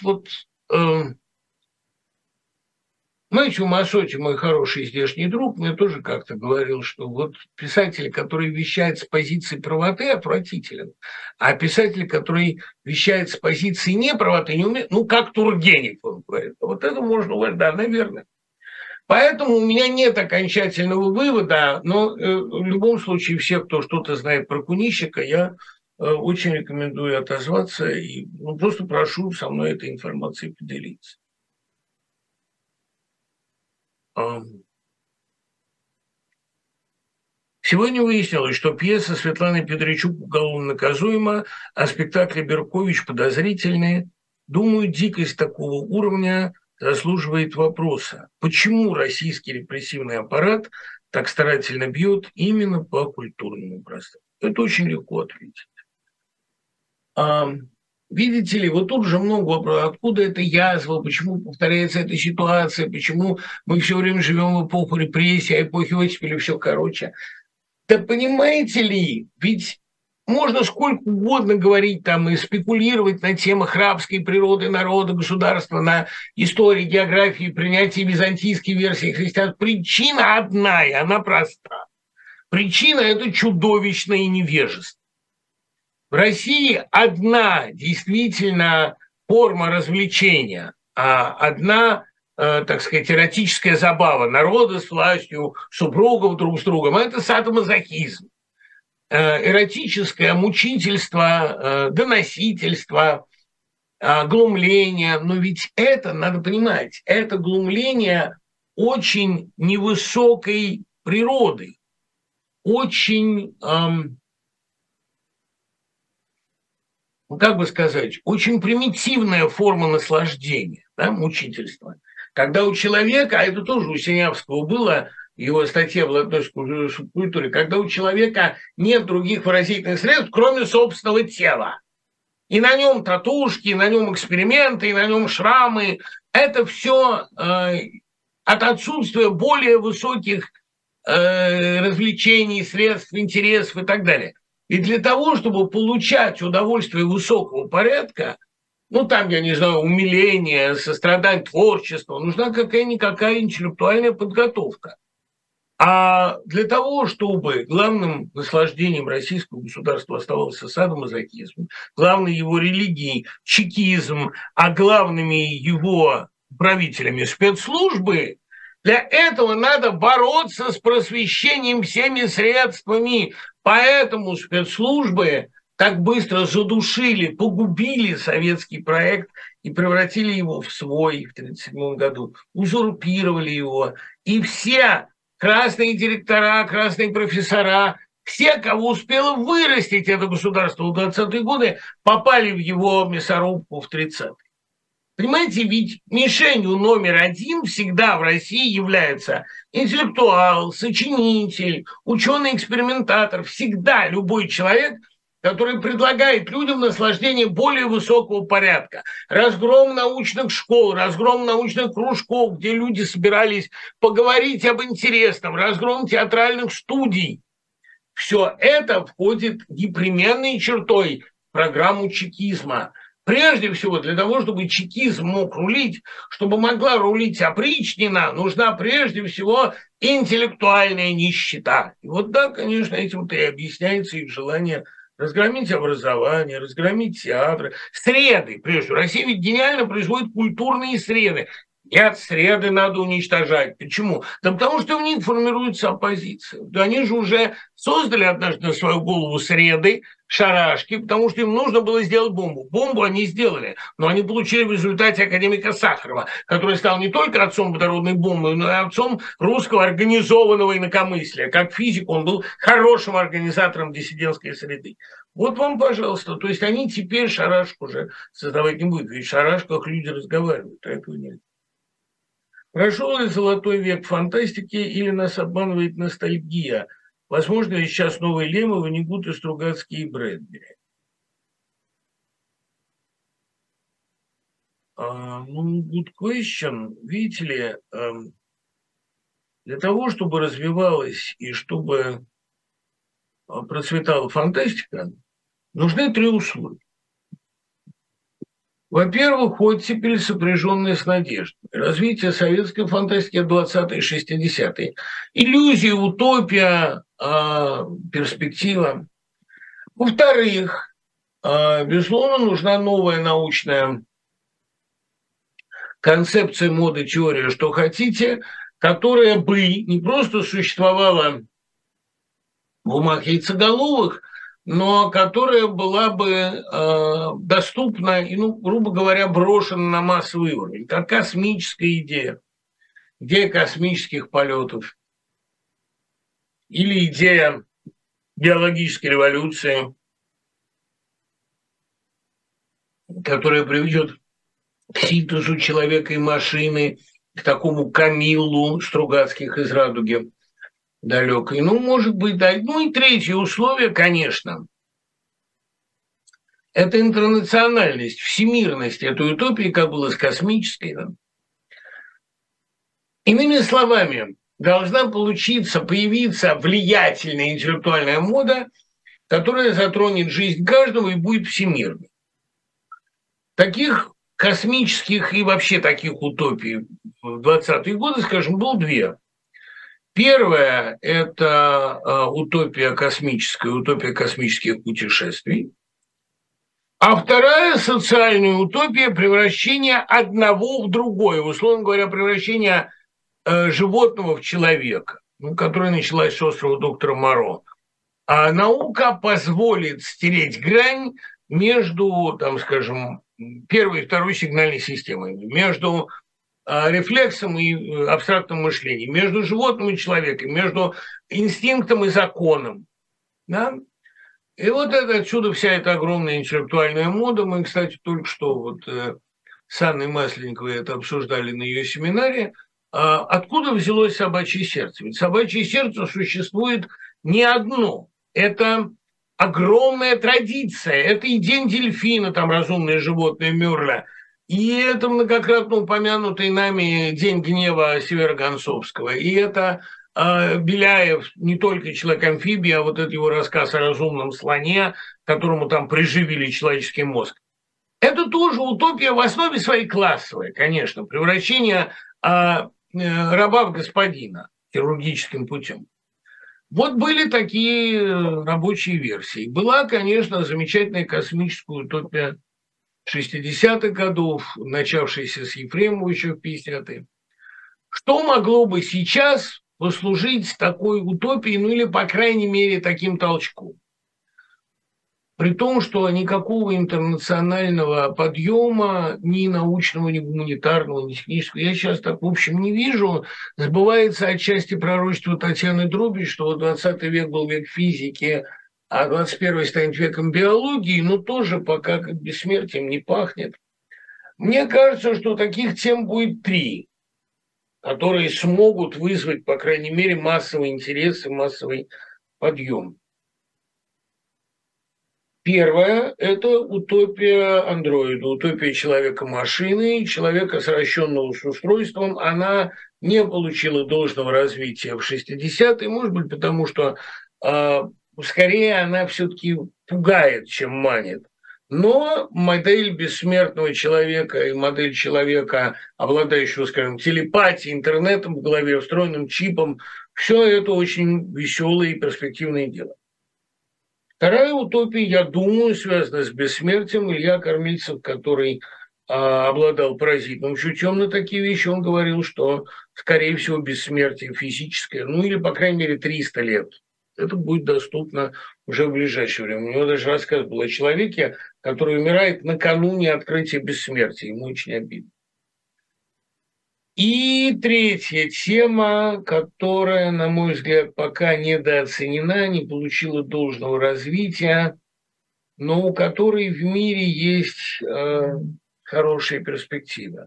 Мэтью Массоти, мой хороший здешний друг, мне тоже как-то говорил, что писатель, который вещает с позиции правоты, отвратителен, а писатель, который вещает с позиции неправоты, не умеет, как Тургенев, он говорит. Это можно говорить, да, наверное. Поэтому у меня нет окончательного вывода, но в любом случае все, кто что-то знает про Кунищика, я очень рекомендую отозваться и просто прошу со мной этой информацией поделиться. Сегодня выяснилось, что пьеса Светланы Петричук уголовно наказуема, а спектакли Беркович подозрительные. Думаю, дикость такого уровня заслуживает вопроса. Почему российский репрессивный аппарат так старательно бьет именно по культурному пространству? Это очень легко ответить. Видите ли, тут же много вопросов. Откуда эта язва, почему повторяется эта ситуация, почему мы все время живем в эпоху репрессий, а эпохи оттепели все короче. Да понимаете ли, ведь можно сколько угодно говорить там и спекулировать на темах рабской природы народа, государства, на истории, географии, принятии византийской версии христианства. Причина одна, и она проста. Причина – это чудовищное невежество. В России одна действительно форма развлечения, одна, так сказать, эротическая забава народа с властью, супругов друг с другом – это садомазохизм. Эротическое мучительство, доносительство, глумление. Но ведь это, надо понимать, это глумление очень невысокой природы, очень... очень примитивная форма наслаждения, да, мучительства. Когда у человека, а это тоже у Синявского было, его статья была относится к субкультуре, когда у человека нет других выразительных средств, кроме собственного тела. И на нем татушки, и на нем эксперименты, и на нем шрамы. Это все от отсутствия более высоких развлечений, средств, интересов и так далее. И для того, чтобы получать удовольствие высокого порядка, там, я не знаю, умиление, сострадание, творчество, нужна какая-никакая интеллектуальная подготовка. А для того, чтобы главным наслаждением российского государства оставался садомазохизм, главной его религией чекизм, а главными его правителями спецслужбы, для этого надо бороться с просвещением всеми средствами. Поэтому спецслужбы так быстро задушили, погубили советский проект и превратили его в свой в 1937 году, узурпировали его. И все красные директора, красные профессора, все, кого успело вырастить это государство в 20-е годы, попали в его мясорубку в 30-е. Понимаете, ведь мишенью номер один всегда в России является интеллектуал, сочинитель, ученый-экспериментатор. Всегда любой человек, который предлагает людям наслаждение более высокого порядка. Разгром научных школ, разгром научных кружков, где люди собирались поговорить об интересном, разгром театральных студий. Все это входит непременной чертой в программу чекизма. Прежде всего, для того, чтобы чекизм мог рулить, чтобы могла рулить опричнина, нужна прежде всего интеллектуальная нищета. И вот да, конечно, этим-то и объясняется их желание разгромить образование, разгромить театры, среды. Прежде всего, Россия ведь гениально производит культурные среды. Нет, среды надо уничтожать. Почему? Да потому что в них формируется оппозиция. Да они же уже создали однажды на свою голову среды, шарашки, потому что им нужно было сделать бомбу. Бомбу они сделали, но они получили в результате академика Сахарова, который стал не только отцом водородной бомбы, но и отцом русского организованного инакомыслия. Как физик он был хорошим организатором диссидентской среды. Вот вам, пожалуйста. То есть они теперь шарашку уже создавать не будут. Ведь в шарашках люди разговаривают, а этого нет. Прошел ли золотой век фантастики или нас обманывает ностальгия? Возможно ли сейчас новые Лемовы, Нигуты, Стругацкие и Брэдбери? Good question. Видите ли, для того, чтобы развивалась и чтобы процветала фантастика, нужны три условия. Во-первых, оттепель, сопряженная с надеждой. Развитие советской фантастики в 20-е, 60-е. Иллюзия, утопия, перспектива. Во-вторых, безусловно, нужна новая научная концепция моды, теория, что хотите, которая бы не просто существовала в умах яйцеголовых, но которая была бы доступна и, грубо говоря, брошена на массовый уровень, как космическая идея космических полетов или идея биологической революции, которая приведет к синтезу человека и машины, к такому Камиллу Стругацких из «Радуги» далекой. Может быть, да. И третье условие, конечно, это интернациональность, всемирность этой утопии, как было с космической. Да? Иными словами, должна появиться влиятельная интеллектуальная мода, которая затронет жизнь каждого и будет всемирной. Таких космических и вообще таких утопий в 20-е годы, скажем, было две. Первая – это утопия космических путешествий. А вторая – социальная утопия превращения одного в другое, условно говоря, превращения животного в человека, которая началась с острова доктора Моро. А наука позволит стереть грань между, первой и второй сигнальной системой, между рефлексом и абстрактным мышлением, между животным и человеком, между инстинктом и законом. Да? И вот отсюда вся эта огромная интеллектуальная мода. Мы, кстати, только что с Анной Масленниковой это обсуждали на ее семинаре. Откуда взялось собачье сердце? Ведь собачье сердце существует не одно. Это огромная традиция. Это и день дельфина, разумное животное Мюрля, и это многократно упомянутый нами День гнева Северогонцовского. И это Беляев, не только человек-амфибия, а этот его рассказ о разумном слоне, которому приживили человеческий мозг. Это тоже утопия в основе своей классовая, конечно, превращение раба в господина. хирургическим путем. Вот были такие рабочие версии. Была, конечно, замечательная космическая утопия 60-х годов, начавшаяся с Ефремова еще в 50-е. Что могло бы сейчас послужить такой утопией, ну или, по крайней мере, таким толчком? При том, что никакого интернационального подъема, ни научного, ни гуманитарного, ни технического, я сейчас так, в общем, не вижу. Сбывается отчасти пророчество Татьяны Друбич, что 20 век был век физики, а 21 станет веком биологии, но тоже пока как бессмертием не пахнет. Мне кажется, что таких тем будет 3, которые смогут вызвать, по крайней мере, массовый интерес и массовый подъем. Первое – это утопия андроида, утопия человека-машины, человека, сращенного с устройством. Она не получила должного развития в 60-е, может быть, потому что скорее она все-таки пугает, чем манит. Но модель бессмертного человека и модель человека, обладающего, скажем, телепатией, интернетом в голове, встроенным чипом, все это очень веселое и перспективное дело. Вторая утопия, я думаю, связана с бессмертием. Илья Кормильцев, который обладал паразитным чутьем на такие вещи, он говорил, что, скорее всего, бессмертие физическое, ну или, по крайней мере, 300 лет. Это будет доступно уже в ближайшее время. У него даже рассказ был о человеке, который умирает накануне открытия бессмертия. Ему очень обидно. И третья тема, которая, на мой взгляд, пока недооценена, не получила должного развития, но у которой в мире есть хорошая перспектива.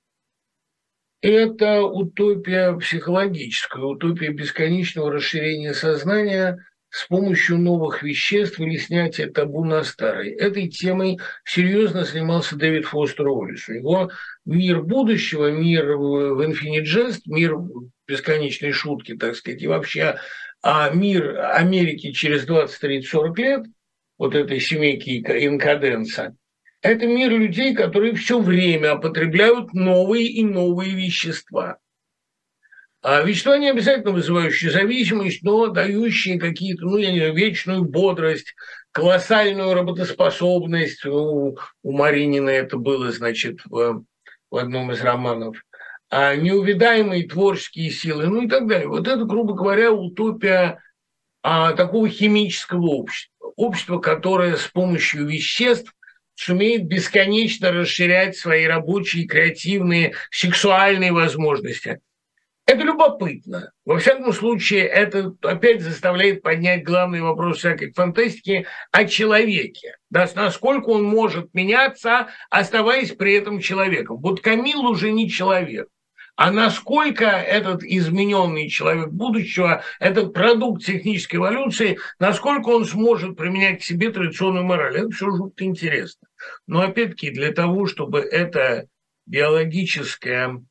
Это утопия психологическая, утопия бесконечного расширения сознания с помощью новых веществ или снятия табу на старые. Этой темой серьезно занимался Дэвид Фостер Уоллес. У него мир будущего, мир в Infinite Jest, мир бесконечной шутки, так сказать, и вообще мир Америки через 20, 30, 40 лет, вот этой семейки инкаденса, это мир людей, которые все время потребляют новые и новые вещества. Вещества не обязательно вызывающие зависимость, но дающие какие-то, ну, я не знаю, вечную бодрость, колоссальную работоспособность. У Маринина это было, значит, в одном из романов. Неувидаемые творческие силы, ну и так далее. Вот это, грубо говоря, утопия такого химического общества. Общество, которое с помощью веществ сумеет бесконечно расширять свои рабочие, креативные, сексуальные возможности. Это любопытно. Во всяком случае, это опять заставляет поднять главный вопрос всякой фантастики о человеке. Да, насколько он может меняться, оставаясь при этом человеком. Вот Камил уже не человек. А насколько этот измененный человек будущего, этот продукт технической эволюции, насколько он сможет применять к себе традиционную мораль, это все жутко интересно. Но опять-таки для того, чтобы это биологическое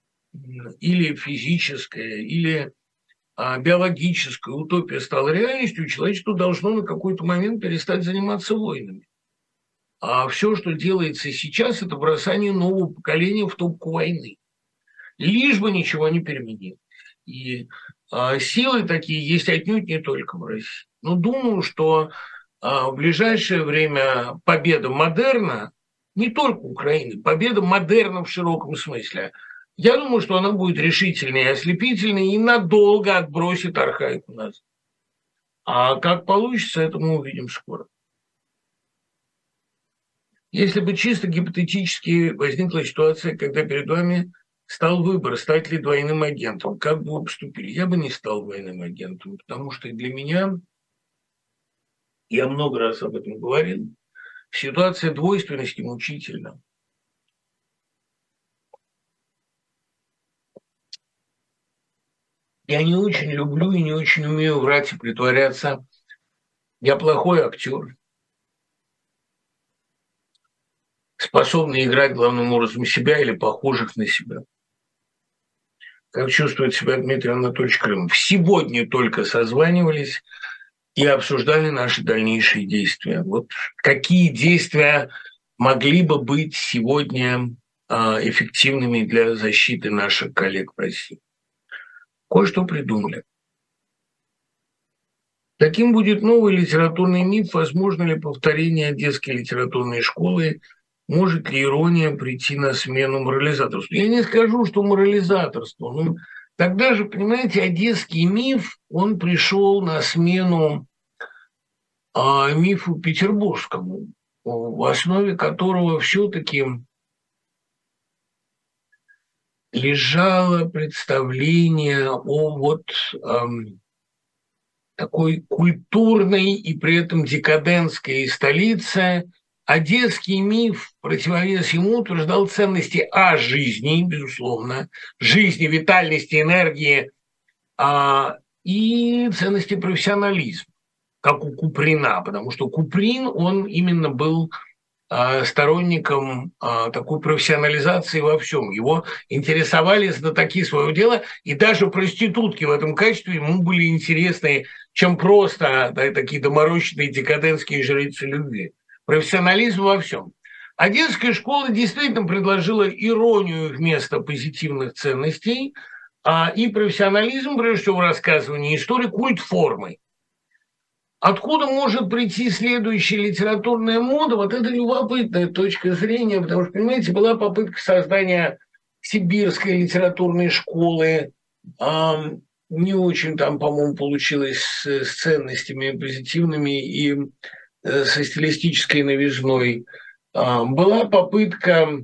или физическая, или биологическая утопия стала реальностью, человечество должно на какой-то момент перестать заниматься войнами. А все, что делается сейчас, это бросание нового поколения в топку войны. Лишь бы ничего не переменилось. И силы такие есть отнюдь не только в России. Но думаю, что в ближайшее время победа модерна, не только Украины, победа модерна в широком смысле, я думаю, что она будет решительной и ослепительной и надолго отбросит архаику назад. А как получится, это мы увидим скоро. Если бы чисто гипотетически возникла ситуация, когда перед вами стал выбор, стать ли двойным агентом, как бы вы поступили? Я бы не стал двойным агентом, потому что для меня, я много раз об этом говорил, ситуация двойственности мучительна. Я не очень люблю и не очень умею врать и притворяться. Я плохой актер, способный играть главным образом себя или похожих на себя. Как чувствует себя Дмитрий Анатольевич Крымов. Сегодня только созванивались и обсуждали наши дальнейшие действия. Вот какие действия могли бы быть сегодня эффективными для защиты наших коллег в России. Кое-что придумали. Каким будет новый литературный миф? Возможно ли повторение одесской литературной школы? Может ли ирония прийти на смену морализаторству? Я не скажу, что морализаторство. Но тогда же, понимаете, одесский миф, он пришел на смену мифу петербургскому, в основе которого все-таки лежало представление о такой культурной и при этом декадентской столице. Одесский миф, в противовес ему, утверждал ценности жизни, безусловно, жизни, витальности, энергии, и ценности профессионализма, как у Куприна, потому что Куприн, он именно был сторонником такой профессионализации во всем. Его интересовали знатоки своего дела, и даже проститутки в этом качестве ему были интересны, чем просто такие доморощенные декадентские жрицы любви. Профессионализм во всем. Одесская школа действительно предложила иронию вместо позитивных ценностей, и профессионализм, прежде всего, в рассказывании истории, культ формы. Откуда может прийти следующая литературная мода? Вот это любопытная точка зрения, потому что, понимаете, была попытка создания сибирской литературной школы, не очень там, по-моему, получилось с ценностями позитивными и со стилистической новизной. Была попытка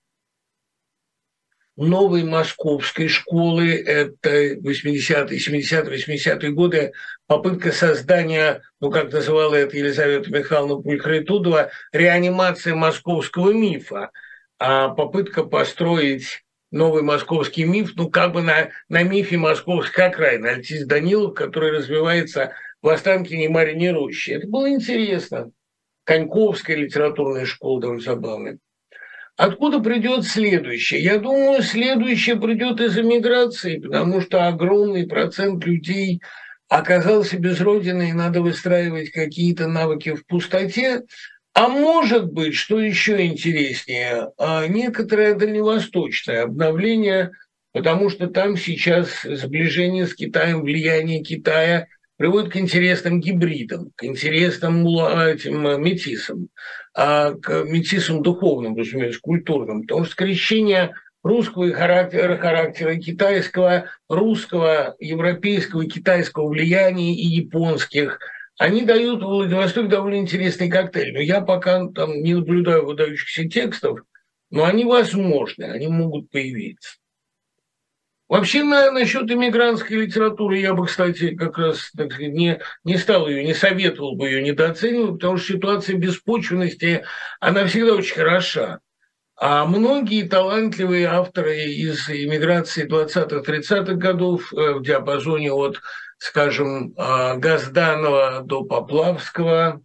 новой московской школы, это 80-е, 70-е, 80-е годы, попытка создания, как называла это Елизавета Михайловна Пульхритудова, реанимация московского мифа, попытка построить новый московский миф, на мифе московской окраины, Альтис Данилов, который развивается в Останкине и Марине Роще. Это было интересно. Коньковская литературная школа довольно забавная. Откуда придет следующее? Я думаю, следующее придет из эмиграции, потому что огромный процент людей оказался без родины, и надо выстраивать какие-то навыки в пустоте. А может быть, что еще интереснее, некоторое дальневосточное обновление, потому что там сейчас сближение с Китаем, влияние Китая приводит к интересным гибридам, к интересным метисам, к метисам духовным, разумеется, культурным, потому что скрещение русского характера китайского, русского, европейского и китайского влияния и японских, они дают в Владивостоке довольно интересный коктейль. Но я пока там не наблюдаю выдающихся текстов, но они возможны, они могут появиться. Вообще, насчет иммигрантской литературы я бы, кстати, как раз не стал ее, не советовал бы ее недооценивать, потому что ситуация беспочвенности, она всегда очень хороша. А многие талантливые авторы из иммиграции 20-30-х годов в диапазоне от, скажем, Газданова до Поплавского,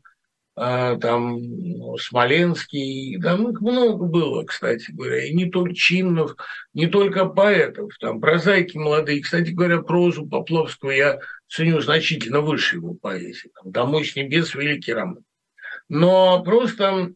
Смоленский, там их много было, кстати говоря, и не только чинов, не только поэтов, там прозаики молодые. Кстати говоря, прозу Поплавского я ценю значительно выше его поэзии. «Домой с небес» – великий роман. Но просто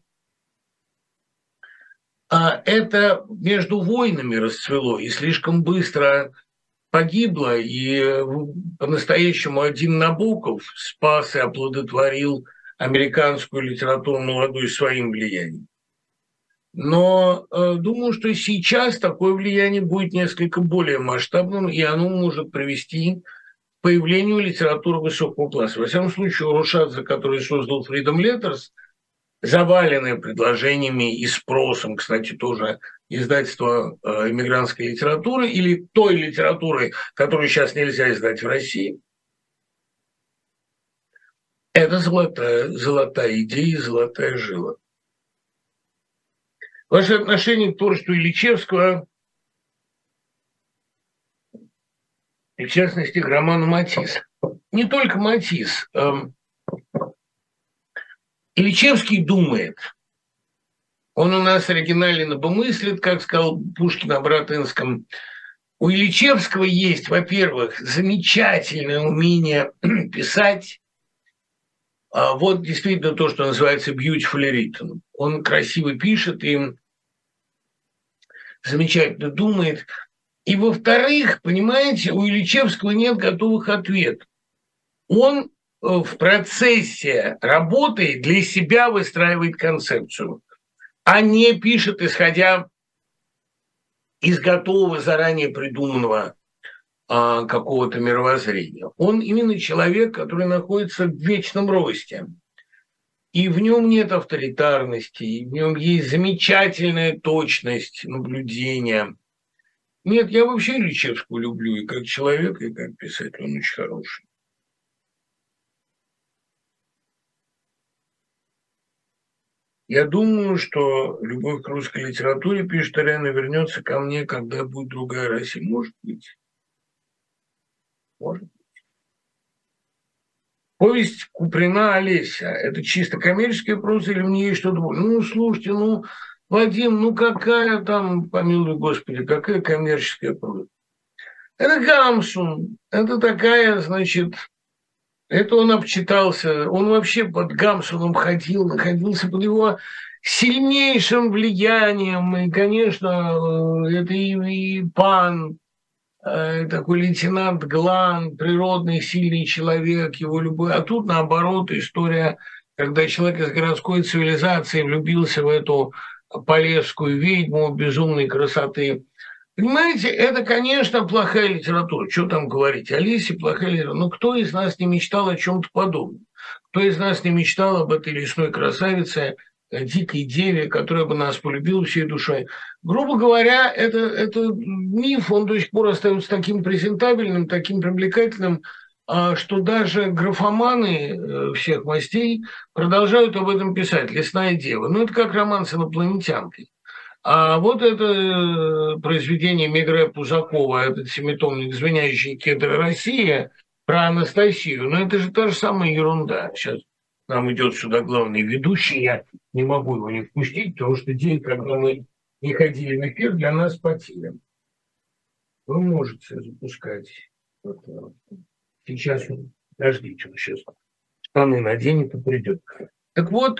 это между войнами расцвело и слишком быстро погибло, и по-настоящему один Набоков спас и оплодотворил американскую литературу молодую своим влиянием. Но думаю, что сейчас такое влияние будет несколько более масштабным, и оно может привести к появлению литературы высокого класса. Во всяком случае, Рушадзе, который создал Freedom Letters, заваленное предложениями и спросом, кстати, тоже издательства иммигрантской литературы или той литературы, которую сейчас нельзя издать в России. Это золотая идея, золотая жила. Ваше отношение к творчеству Ильичевского, и в частности к роману «Матисс». Не только Матисс. Ильичевский думает. Он у нас оригинально мыслит, как сказал Пушкин о Братынском. У Ильичевского есть, во-первых, замечательное умение писать. Вот действительно то, что называется beautifully written. Он красиво пишет и замечательно думает. И, во-вторых, понимаете, у Ильичевского нет готовых ответов. Он в процессе работы для себя выстраивает концепцию, а не пишет, исходя из готового, заранее придуманного какого-то мировоззрения. Он именно человек, который находится в вечном росте. И в нем нет авторитарности, и в нем есть замечательная точность наблюдения. Нет, я вообще Ильичевского люблю и как человека, и как писатель. Он очень хороший. Я думаю, что любовь к русской литературе, пишет Ариана, вернется ко мне, когда будет другая Россия. Может быть. Может. Повесть Куприна «Олеся» – это чисто коммерческая проза или в ней есть что-то более? Ну, слушайте, Вадим, какая там, помилуй Господи, какая коммерческая проза? Это Гамсун, это такая, значит, это он обчитался, он вообще под Гамсуном ходил, находился под его сильнейшим влиянием, и, конечно, это и Пан, такой лейтенант Глан, природный, сильный человек, его любой. А тут, наоборот, история, когда человек из городской цивилизации влюбился в эту полесскую ведьму безумной красоты. Понимаете, это, конечно, плохая литература. Что там говорить? Олесе плохая литература. Но кто из нас не мечтал о чем-то подобном? Кто из нас не мечтал об этой лесной красавице, дикой деве, которая бы нас полюбила всей душой? Грубо говоря, это миф, он до сих пор остается таким презентабельным, таким привлекательным, что даже графоманы всех мастей продолжают об этом писать. «Лесная дева». Это как роман с инопланетянкой. А вот это произведение Мегре Пузакова, этот семитомник «Звенящие кедры России» про Анастасию, это же та же самая ерунда. Сейчас нам идет сюда главный ведущий, я не могу его не впустить, потому что день, когда мы не ходили в эфир, для нас потерян. Вы можете запускать. Сейчас, подождите, он сейчас штаны наденет и придет. Так вот,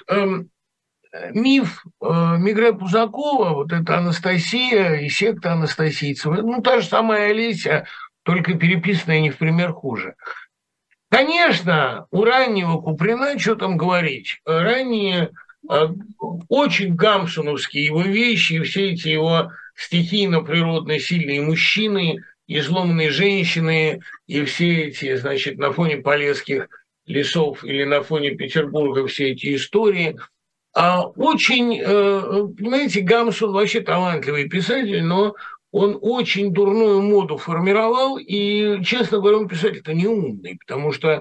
миф Мегре Пузакова, вот эта Анастасия и секта анастасийцев, та же самая Олеся, только переписанная не в пример хуже. Конечно, у раннего Куприна, что там говорить, ранние очень гамсуновские его вещи, все эти его стихийно-природно сильные мужчины, изломанные женщины и все эти, значит, на фоне полесских лесов или на фоне Петербурга все эти истории – очень, понимаете, Гамсун вообще талантливый писатель, но он очень дурную моду формировал, и, честно говоря, он писатель-то не умный, потому что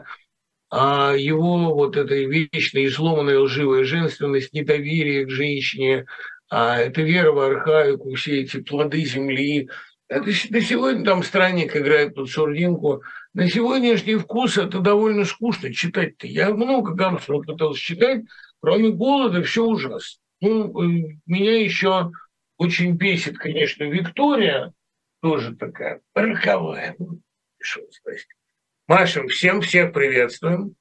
его вот эта вечная изломанная лживая женственность, недоверие к женщине, это вера в архаику, все эти плоды земли. Это до сегодня там странник играет под сурдинку. На сегодняшний вкус это довольно скучно читать-то. Я много Гамсуна пытался читать, кроме голода все ужасно. Меня еще очень бесит, конечно, Виктория, тоже такая роковая. Маша, всех приветствуем.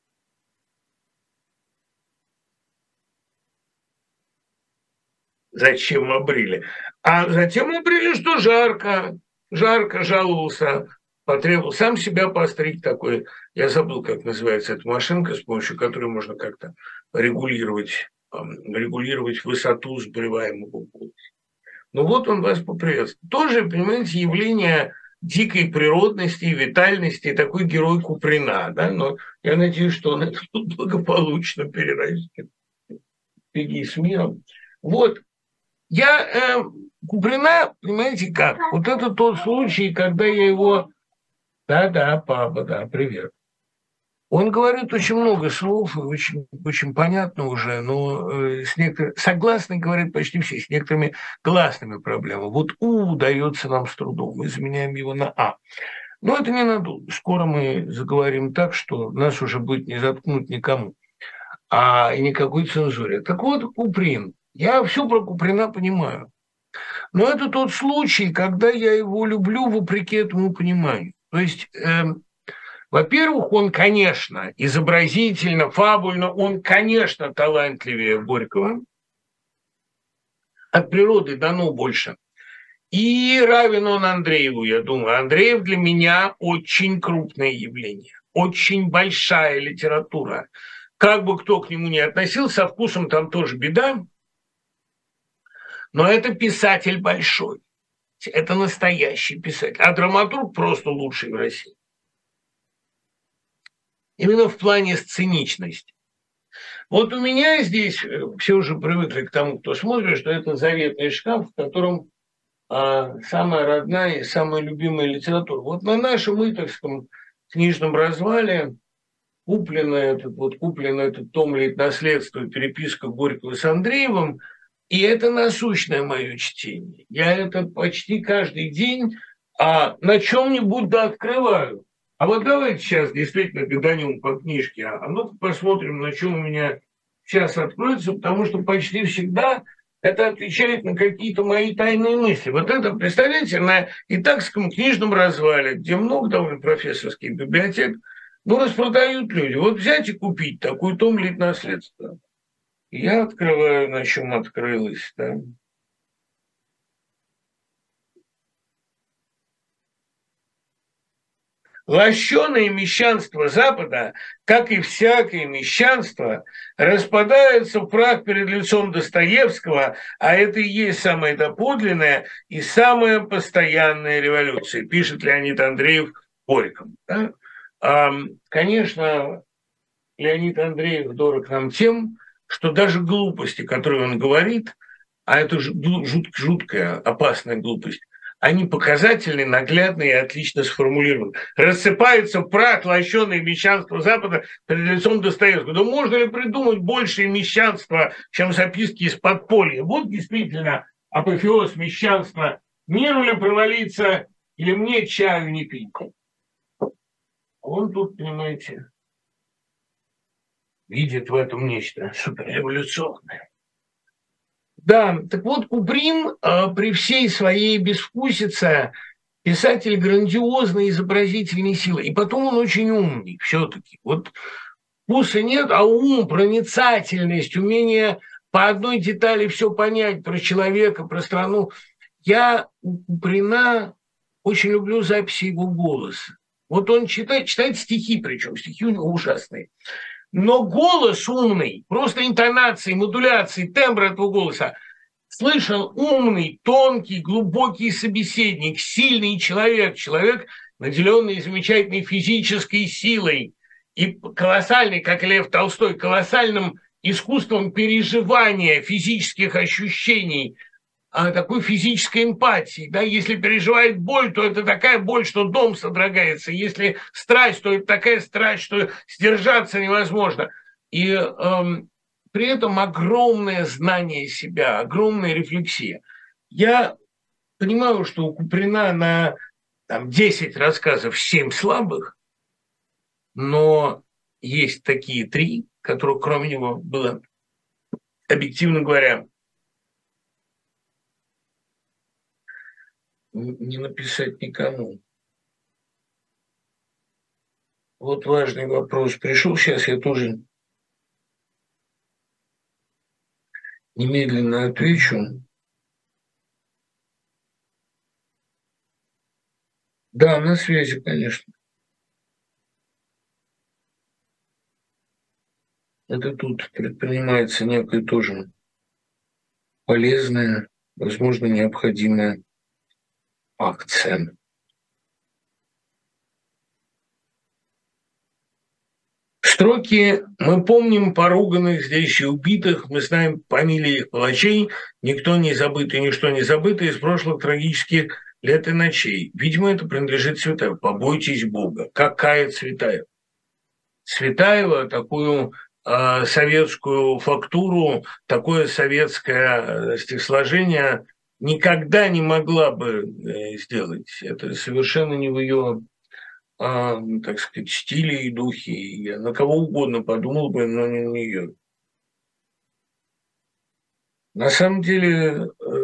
Зачем обрили? А затем обрили, что жарко, жаловался, потребовал сам себя постричь такой. Я забыл, как называется эта машинка, с помощью которой можно как-то регулировать высоту сбриваемого волоса. Вот он вас поприветствует. Тоже, понимаете, явление дикой природности, витальности, такой герой Куприна, да? Но я надеюсь, что он это благополучно перерастет. Беги с миром. Я Куприна, понимаете как? Вот это тот случай, когда я его... Да, папа, да, привет. Он говорит очень много слов, очень понятно уже, но с некоторыми... Согласный говорит почти все, с некоторыми гласными проблемами. «У» дается нам с трудом, мы заменяем его на «а». Но это ненадолго. Скоро мы заговорим так, что нас уже будет не заткнуть никому, и никакой цензуре. Так вот, Куприн. Я все про Куприна понимаю. Но это тот случай, когда я его люблю вопреки этому пониманию. То есть, во-первых, он, конечно, изобразительно, фабульно, он, конечно, талантливее Горького. От природы дано больше. И равен он Андрееву, я думаю. Андреев для меня очень крупное явление, очень большая литература. Как бы кто к нему ни относился, со вкусом там тоже беда, но это писатель большой, это настоящий писатель, а драматург просто лучший в России. Именно в плане сценичности. Вот у меня здесь все уже привыкли к тому, кто смотрит, что это заветный шкаф, в котором самая родная и самая любимая литература. Вот на нашем итовском книжном развале куплен этот том «Наследство. Переписка Горького с Андреевым», и это насущное мое чтение. Я это почти каждый день на чем-нибудь открываю. А вот давайте сейчас действительно гаданем по книжке, ну-ка посмотрим, на чем у меня сейчас откроется, потому что почти всегда это отвечает на какие-то мои тайные мысли. Вот это, представляете, на итакском книжном развале, где много довольно профессорских библиотек, распродают люди. Вот взять и купить такой том «Наследство». Я открываю, на чем открылось, да. Лощеное мещанство Запада, как и всякое мещанство, распадается в прах перед лицом Достоевского, а это и есть самая доподлинная и самая постоянная революция, пишет Леонид Андреев Горьком. Да? Конечно, Леонид Андреев дорог нам тем, что даже глупости, которые он говорит, а это жуткая, опасная глупость, они показательны, наглядны и отлично сформулированы. Рассыпается в прах лощеное мещанство Запада перед лицом Достоевского. Да можно ли придумать большее мещанство, чем записки из подполья? Вот действительно апофеоз мещанства. Миру ли провалиться, или мне чаю не пить? Он тут, понимаете, видит в этом нечто суперреволюционное. Да, так вот, Куприн при всей своей безвкусице писатель грандиозной изобразительной силы. И потом он очень умный все-таки. Вот вкуса нет, а ум, проницательность, умение по одной детали все понять про человека, про страну. Я у Куприна очень люблю записи его голоса. Вот он читает стихи, причем стихи у него ужасные. Но голос умный, просто интонации, модуляции, тембр этого голоса. Слышал умный, тонкий, глубокий собеседник, сильный человек, наделенный замечательной физической силой и колоссальный, как Лев Толстой, колоссальным искусством переживания физических ощущений, такой физической эмпатии. Да? Если переживает боль, то это такая боль, что дом содрогается. Если страсть, то это такая страсть, что сдержаться невозможно. И при этом огромное знание себя, огромная рефлексия. Я понимаю, что у Куприна на 10 рассказов 7 слабых, но есть такие 3, которых кроме него было, объективно говоря, не написать никому. Вот важный вопрос пришел. Сейчас я тоже немедленно отвечу. Да, на связи, конечно. Это тут предпринимается некое тоже полезная, возможно, необходимая акция. Строки мы помним поруганных здесь и убитых, мы знаем фамилии их палачей, никто не забыт и ничто не забыто из прошлых трагических лет и ночей. Видимо, это принадлежит Цветаеву. Побойтесь Бога. Какая Цветаева? Цветаева такую советскую фактуру, такое советское стихосложение никогда не могла бы сделать. Это совершенно не в ее, так сказать, стиле и духе. Я на кого угодно подумал бы, но не на нее. На самом деле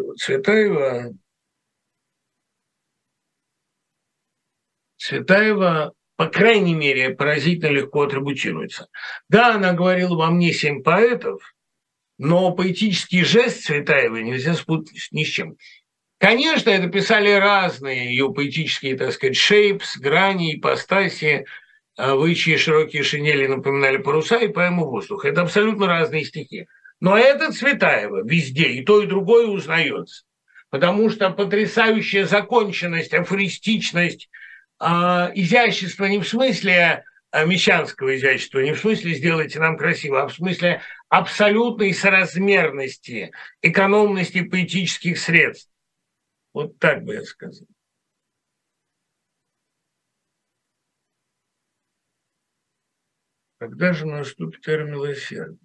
Цветаева, по крайней мере, поразительно легко атрибутируется. Да, она говорила «во мне 7 поэтов», но поэтический жест Цветаевой нельзя спутать ни с чем. Конечно, это писали разные ее поэтические, так сказать, шейпс, грани, ипостаси, «Вычьи широкие шинели напоминали паруса» и «Поэму воздуха». Это абсолютно разные стихи. Но это Цветаева везде, и то, и другое узнается. Потому что потрясающая законченность, афористичность, изящество не в смысле мещанского изящества, не в смысле «сделайте нам красиво», а в смысле абсолютной соразмерности, экономности поэтических средств. Вот так бы я сказал. Когда же наступит эра милосердия?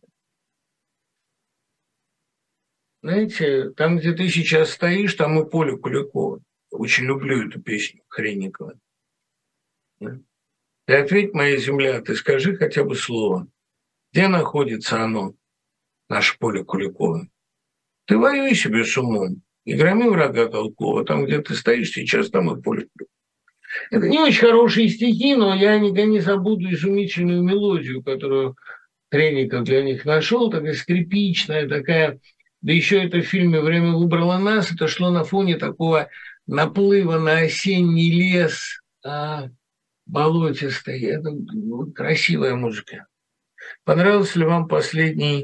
Знаете, там, где ты сейчас стоишь, там и поле Куликова. Очень люблю эту песню Хренникова. Да? Ты ответь, моя земля, ты скажи хотя бы слово. Где находится оно, наше поле Куликова? Ты воюй себе с умом и громи врага толкового. Там, где ты стоишь сейчас, там и поле Куликова. Это не очень хорошие стихи, но я никогда не забуду изумительную мелодию, которую Хренников для них нашел, такая скрипичная, такая, да еще это в фильме «Время выбрало нас», это шло на фоне такого наплыва на осенний лес, болотистый. Это красивая музыка. Понравился ли вам последний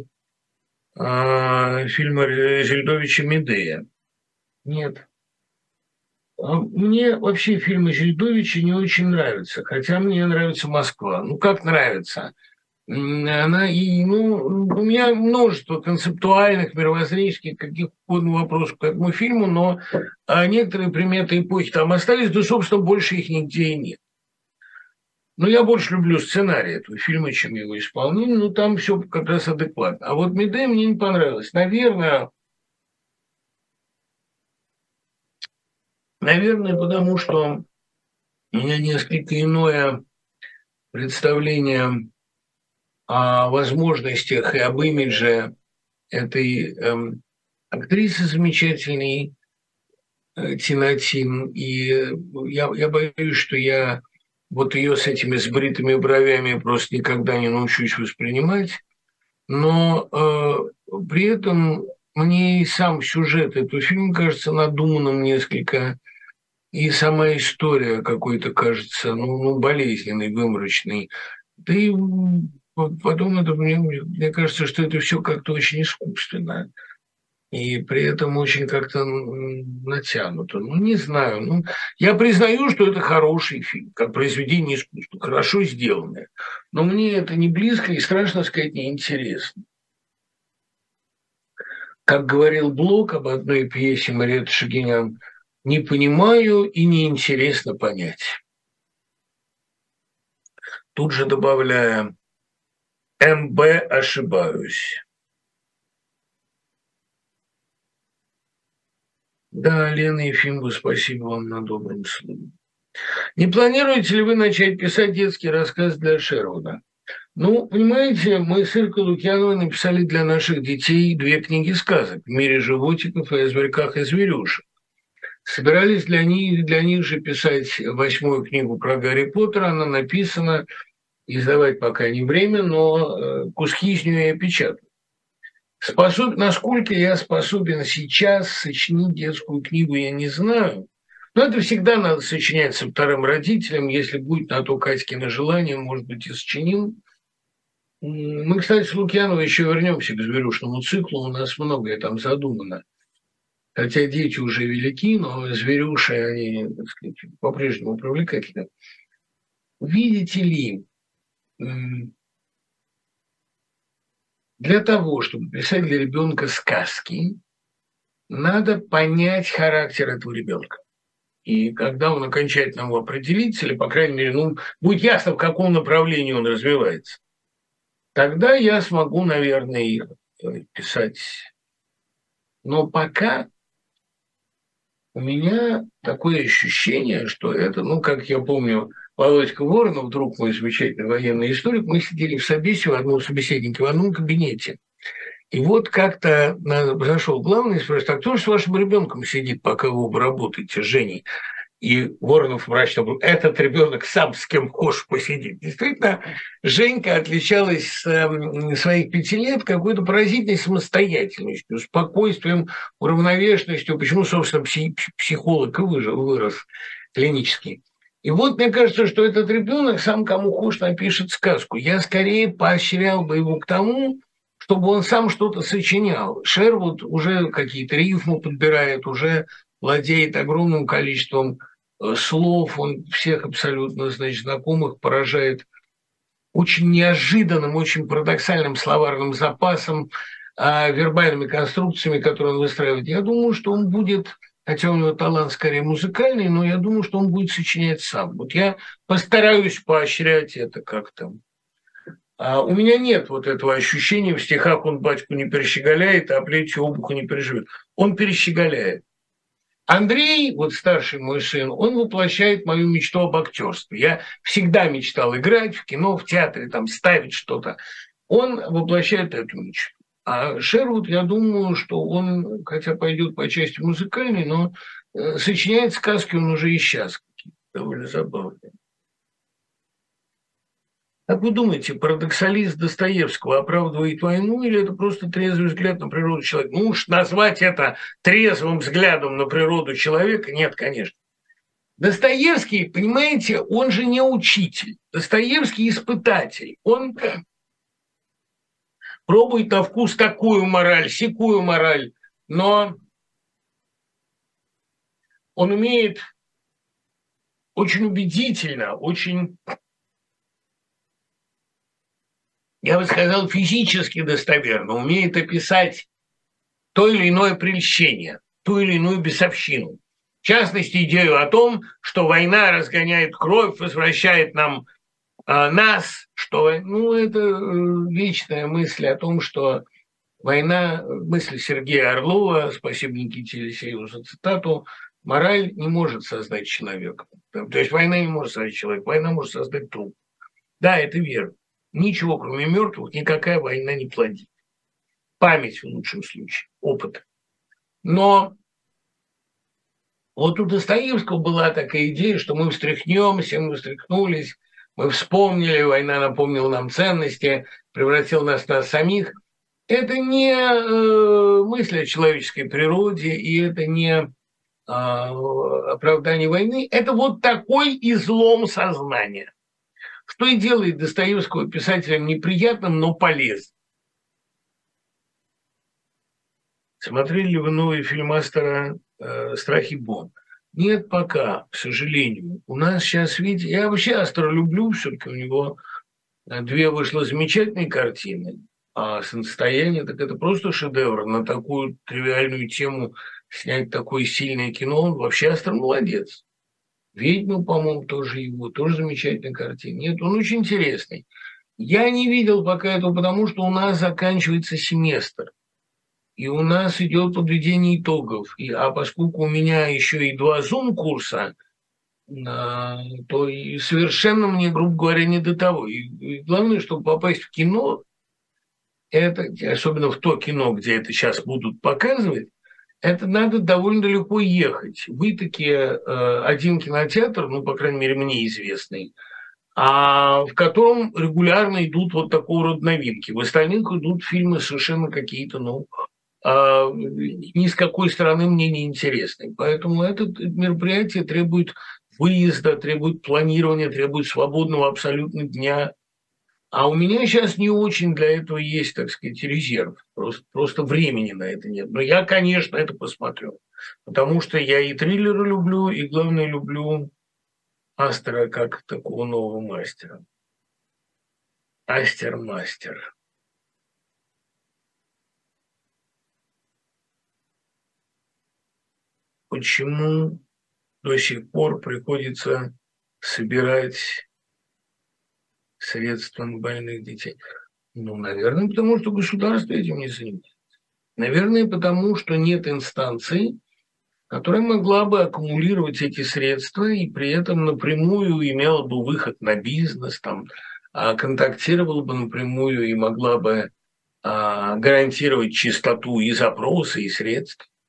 фильм Жильдовича «Медея»? Нет. Мне вообще фильмы Жильдовича не очень нравятся, хотя мне нравится «Москва». Ну, как нравится? У меня множество концептуальных, мировоззренческих, каких угодно вопросов к этому фильму, но некоторые приметы эпохи там остались, да, собственно, больше их нигде и нет. Но я больше люблю сценарий этого фильма, чем его исполнение, но там все как раз адекватно. А вот «Медея» мне не понравилось. Наверное, потому что у меня несколько иное представление о возможностях и об имидже этой актрисы замечательной Тинатин. И я боюсь, что я вот ее с этими сбритыми бровями просто никогда не научусь воспринимать. Но при этом мне и сам сюжет этого фильма кажется надуманным несколько, и сама история какой-то кажется болезненной, выморочной. Да и потом это мне кажется, что это все как-то очень искусственно. И при этом очень как-то натянуто. Не знаю. Я признаю, что это хороший фильм, как произведение искусства, хорошо сделанное. Но мне это не близко и, страшно сказать, неинтересно. Как говорил Блок об одной пьесе Мариэтты Шагинян, не понимаю и неинтересно понять. Тут же добавляя, МБ ошибаюсь. Да, Лена Ефимова, спасибо вам на добром слове. Не планируете ли вы начать писать детский рассказ для Шервуда? Понимаете, мы с Иркой Лукьяновой написали для наших детей 2 книги сказок «В мире животиков» и «О зверьках и зверюшек». Собирались для них же писать 8-ю книгу про Гарри Поттера. Она написана, издавать пока не время, но куски из нее я печатаю. Насколько я способен сейчас сочинить детскую книгу, я не знаю. Но это всегда надо сочинять со вторым родителем. Если будет на то Катькино желание, может быть, и сочиним. Мы, кстати, с Лукьяновой еще вернемся к зверюшному циклу. У нас многое там задумано. Хотя дети уже велики, но зверюши, они, так сказать, по-прежнему привлекательны. Видите ли, для того, чтобы писать для ребенка сказки, надо понять характер этого ребенка. И когда он окончательно его определится, или, по крайней мере, будет ясно, в каком направлении он развивается, тогда я смогу, наверное, их писать. Но пока у меня такое ощущение, что это, как я помню, Володька Воронов, друг мой, замечательный военный историк, мы сидели в собесе у одного собеседника в одном кабинете. И вот как-то зашел главный и спрашивает, а кто же с вашим ребенком сидит, пока вы оба работаете с Женей? И Воронов мрачно говорил: этот ребенок сам с кем хочешь посидит. Действительно, Женька отличалась с своих 5 лет какой-то поразительной самостоятельностью, спокойствием, уравновешенностью. Почему, собственно, психолог и вырос клинический. И вот мне кажется, что этот ребенок сам кому хочешь напишет сказку. Я скорее поощрял бы его к тому, чтобы он сам что-то сочинял. Шервуд уже какие-то рифмы подбирает, уже владеет огромным количеством слов, он всех абсолютно, значит, знакомых поражает очень неожиданным, очень парадоксальным словарным запасом, вербальными конструкциями, которые он выстраивает. Я думаю, что он будет, хотя у него талант скорее музыкальный, но я думаю, что он будет сочинять сам. Вот я постараюсь поощрять это как-то. У меня нет вот этого ощущения, в стихах он батьку не перещеголяет, а плетью обуху не переживет. Он перещеголяет. Андрей, вот старший мой сын, он воплощает мою мечту об актерстве. Я всегда мечтал играть в кино, в театре, там, ставить что-то. Он воплощает эту мечту. А Шервуд, я думаю, что он, хотя пойдет по части музыкальной, но сочиняет сказки он уже и сейчас какие-то довольно забавные. Как вы думаете, парадоксализм Достоевского оправдывает войну или это просто трезвый взгляд на природу человека? Ну уж назвать это трезвым взглядом на природу человека, нет, конечно. Достоевский, понимаете, он же не учитель. Достоевский испытатель. Он пробует на вкус такую мораль, сякую мораль, но он умеет очень убедительно, очень, я бы сказал, физически достоверно, умеет описать то или иное прельщение, ту или иную бесовщину. В частности, идею о том, что война разгоняет кровь, возвращает нам нас, что это вечная мысль о том, что война, мысль Сергея Орлова, спасибо Никите Елисееву за цитату, мораль не может создать человека. То есть война не может создать человека, война может создать труп. Да, это верно. Ничего, кроме мертвых, никакая война не плодит. Память в лучшем случае, опыт. Но вот у Достоевского была такая идея, что мы встряхнемся, мы встряхнулись, мы вспомнили, война напомнила нам ценности, превратила нас в нас самих. Это не мысль о человеческой природе, и это не оправдание войны. Это вот такой излом сознания, что и делает Достоевского писателем неприятным, но полезным. Смотрели ли вы новый фильм Астера «Страх и Бон»? Нет пока, к сожалению. У нас сейчас, видите, я вообще Астера люблю, все-таки у него 2 вышло замечательные картины, а «Солнцестояние» так это просто шедевр. На такую тривиальную тему снять такое сильное кино, он вообще Астер молодец. «Ведьма», по-моему, тоже его, тоже замечательная картина. Нет, он очень интересный. Я не видел пока этого, потому что у нас заканчивается семестр. И у нас идет подведение итогов. А поскольку у меня еще и 2 Zoom-курса, то и совершенно мне, грубо говоря, не до того. И главное, чтобы попасть в кино, это, особенно в то кино, где это сейчас будут показывать, это надо довольно далеко ехать. В Итаке один кинотеатр, ну, по крайней мере, мне известный, в котором регулярно идут вот такого рода новинки. В остальных идут фильмы совершенно какие-то, ни с какой стороны мне не интересны. Поэтому это мероприятие требует выезда, требует планирования, требует свободного абсолютно дня. А у меня сейчас не очень для этого есть, так сказать, резерв. Просто времени на это нет. Но я, конечно, это посмотрю. Потому что я и триллеры люблю, и, главное, люблю Астера как такого нового мастера. Астер-мастер. Почему до сих пор приходится собирать средства на больных детей? Наверное, потому что государство этим не занимается. Наверное, потому что нет инстанции, которая могла бы аккумулировать эти средства и при этом напрямую имела бы выход на бизнес, контактировала бы напрямую и могла бы гарантировать чистоту и запроса, и средств.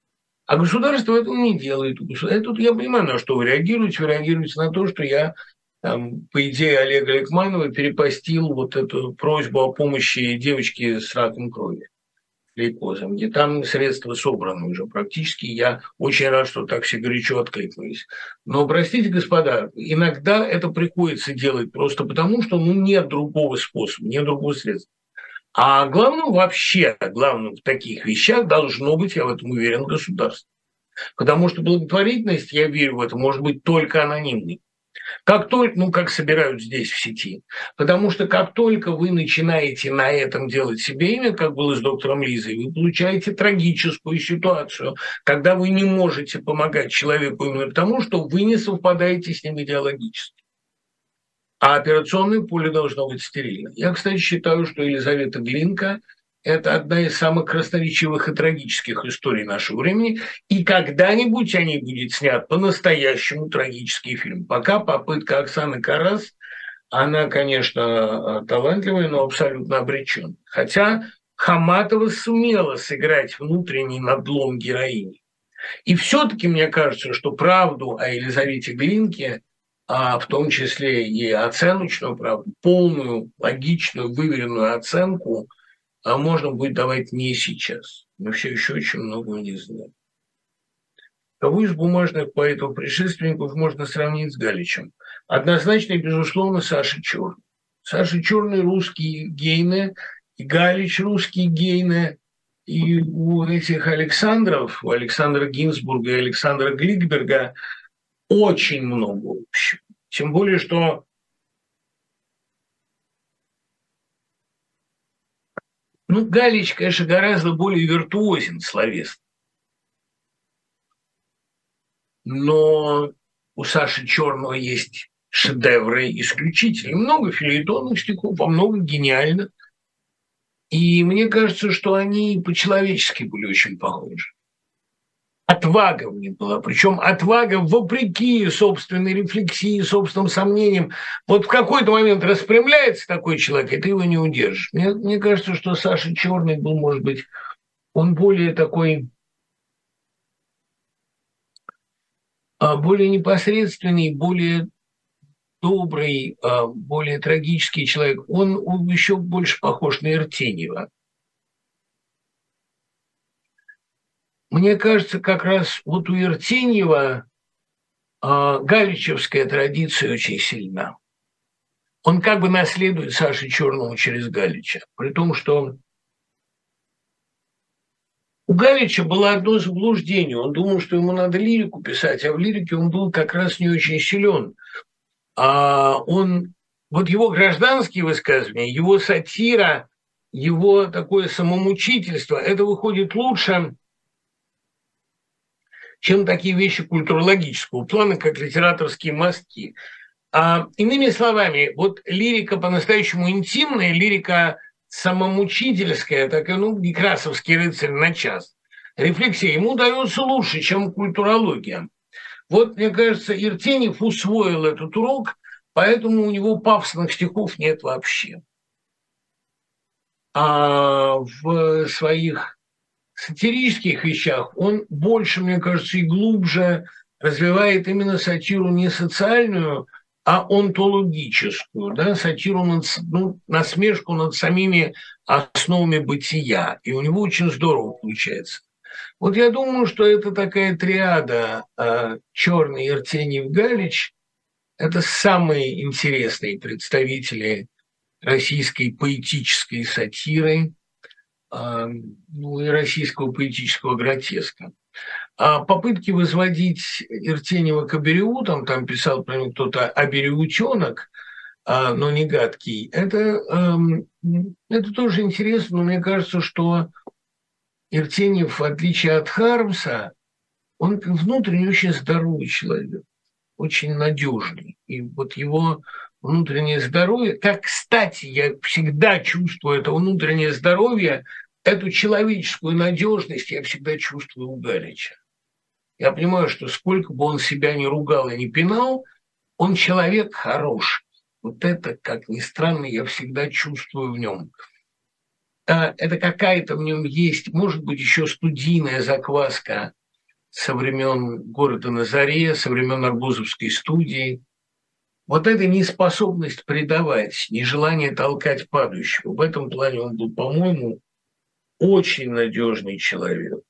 А государство этого не делает. Тут я понимаю, на что вы реагируете. Вы реагируете на то, что я, там, по идее Олега Ликманова, перепостил вот эту просьбу о помощи девочке с раком крови, лейкозом, где там средства собраны уже практически. Я очень рад, что так все горячо откликнулись. Но, простите, господа, иногда это приходится делать просто потому, что нет другого способа, нет другого средства. А главным вообще, главным в таких вещах должно быть, я в этом уверен, государство. Потому что благотворительность, я верю в это, может быть только анонимной. Как только, как собирают здесь в сети, потому что как только вы начинаете на этом делать себе имя, как было с доктором Лизой, вы получаете трагическую ситуацию, когда вы не можете помогать человеку именно потому, что вы не совпадаете с ним идеологически. А операционное поле должно быть стерильно. Я, кстати, считаю, что Елизавета Глинка – это одна из самых красноречивых и трагических историй нашего времени, и когда-нибудь о ней будет снят по-настоящему трагический фильм. Пока попытка Оксаны Карас, она, конечно, талантливая, но абсолютно обречённая. Хотя Хаматова сумела сыграть внутренний надлом героини. И все-таки мне кажется, что правду о Елизавете Глинке, в том числе и оценочную правду, полную, логичную, выверенную оценку, можно будет давать не сейчас. Мы все еще очень многого не знаем. Кого из бумажных поэтов-предшественников можно сравнить с Галичем? Однозначно и, безусловно, Саша Черный. Саша Черный – русский Гейне, и Галич – русский Гейне. И у этих Александров, у Александра Гинзбурга и Александра Гликберга очень много общего. Тем более, что Галич, конечно, гораздо более виртуозен словесно. Но у Саши Черного есть шедевры исключительные. Много фельетонных стихов, а много гениальных. И мне кажется, что они по-человечески были очень похожи. Отвага в них была, причем отвага вопреки собственной рефлексии, собственным сомнениям. Вот в какой-то момент распрямляется такой человек, и ты его не удержишь. Мне кажется, что Саша Черный был, может быть, он более такой, более непосредственный, более добрый, более трагический человек. Он еще больше похож на Иртеньева. Мне кажется, как раз вот у Иртеньева галичевская традиция очень сильна. Он как бы наследует Саше Черному через Галича, при том, что у Галича было одно заблуждение. Он думал, что ему надо лирику писать, а в лирике он был как раз не очень силен. Вот его гражданские высказывания, его сатира, его такое самомучительство, это выходит лучше, чем такие вещи культурологического плана, как литераторские мостки. Иными словами, вот лирика по-настоящему интимная, лирика самомучительская, так и Некрасовский рыцарь на час. Рефлексия ему дается лучше, чем культурология. Вот, мне кажется, Иртеньев усвоил этот урок, поэтому у него пафосных стихов нет вообще. А в своих сатирических вещах он больше, мне кажется, и глубже развивает именно сатиру не социальную, а онтологическую, да, сатиру, насмешку над самими основами бытия. И у него очень здорово получается. Вот я думаю, что это такая триада Черный, Иртеньев, Галич. Это самые интересные представители российской поэтической сатиры, и российского поэтического гротеска. А попытки возводить Иртеньева к Абереву, там писал про него кто-то Аберевутенок, но не гадкий, это тоже интересно, но мне кажется, что Иртеньев, в отличие от Хармса, он внутренне очень здоровый человек, очень надежный. И вот его внутреннее здоровье, как, кстати, я всегда чувствую это внутреннее здоровье, эту человеческую надежность я всегда чувствую у Галича. Я понимаю, что сколько бы он себя ни ругал и ни пинал, он человек хороший. Вот это, как ни странно, я всегда чувствую в нем. Это какая-то в нем есть, может быть, еще студийная закваска со времен города на заре, со времен Арбузовской студии. Вот эта неспособность предавать, нежелание толкать падающего, в этом плане он был, по-моему, очень надежный человек.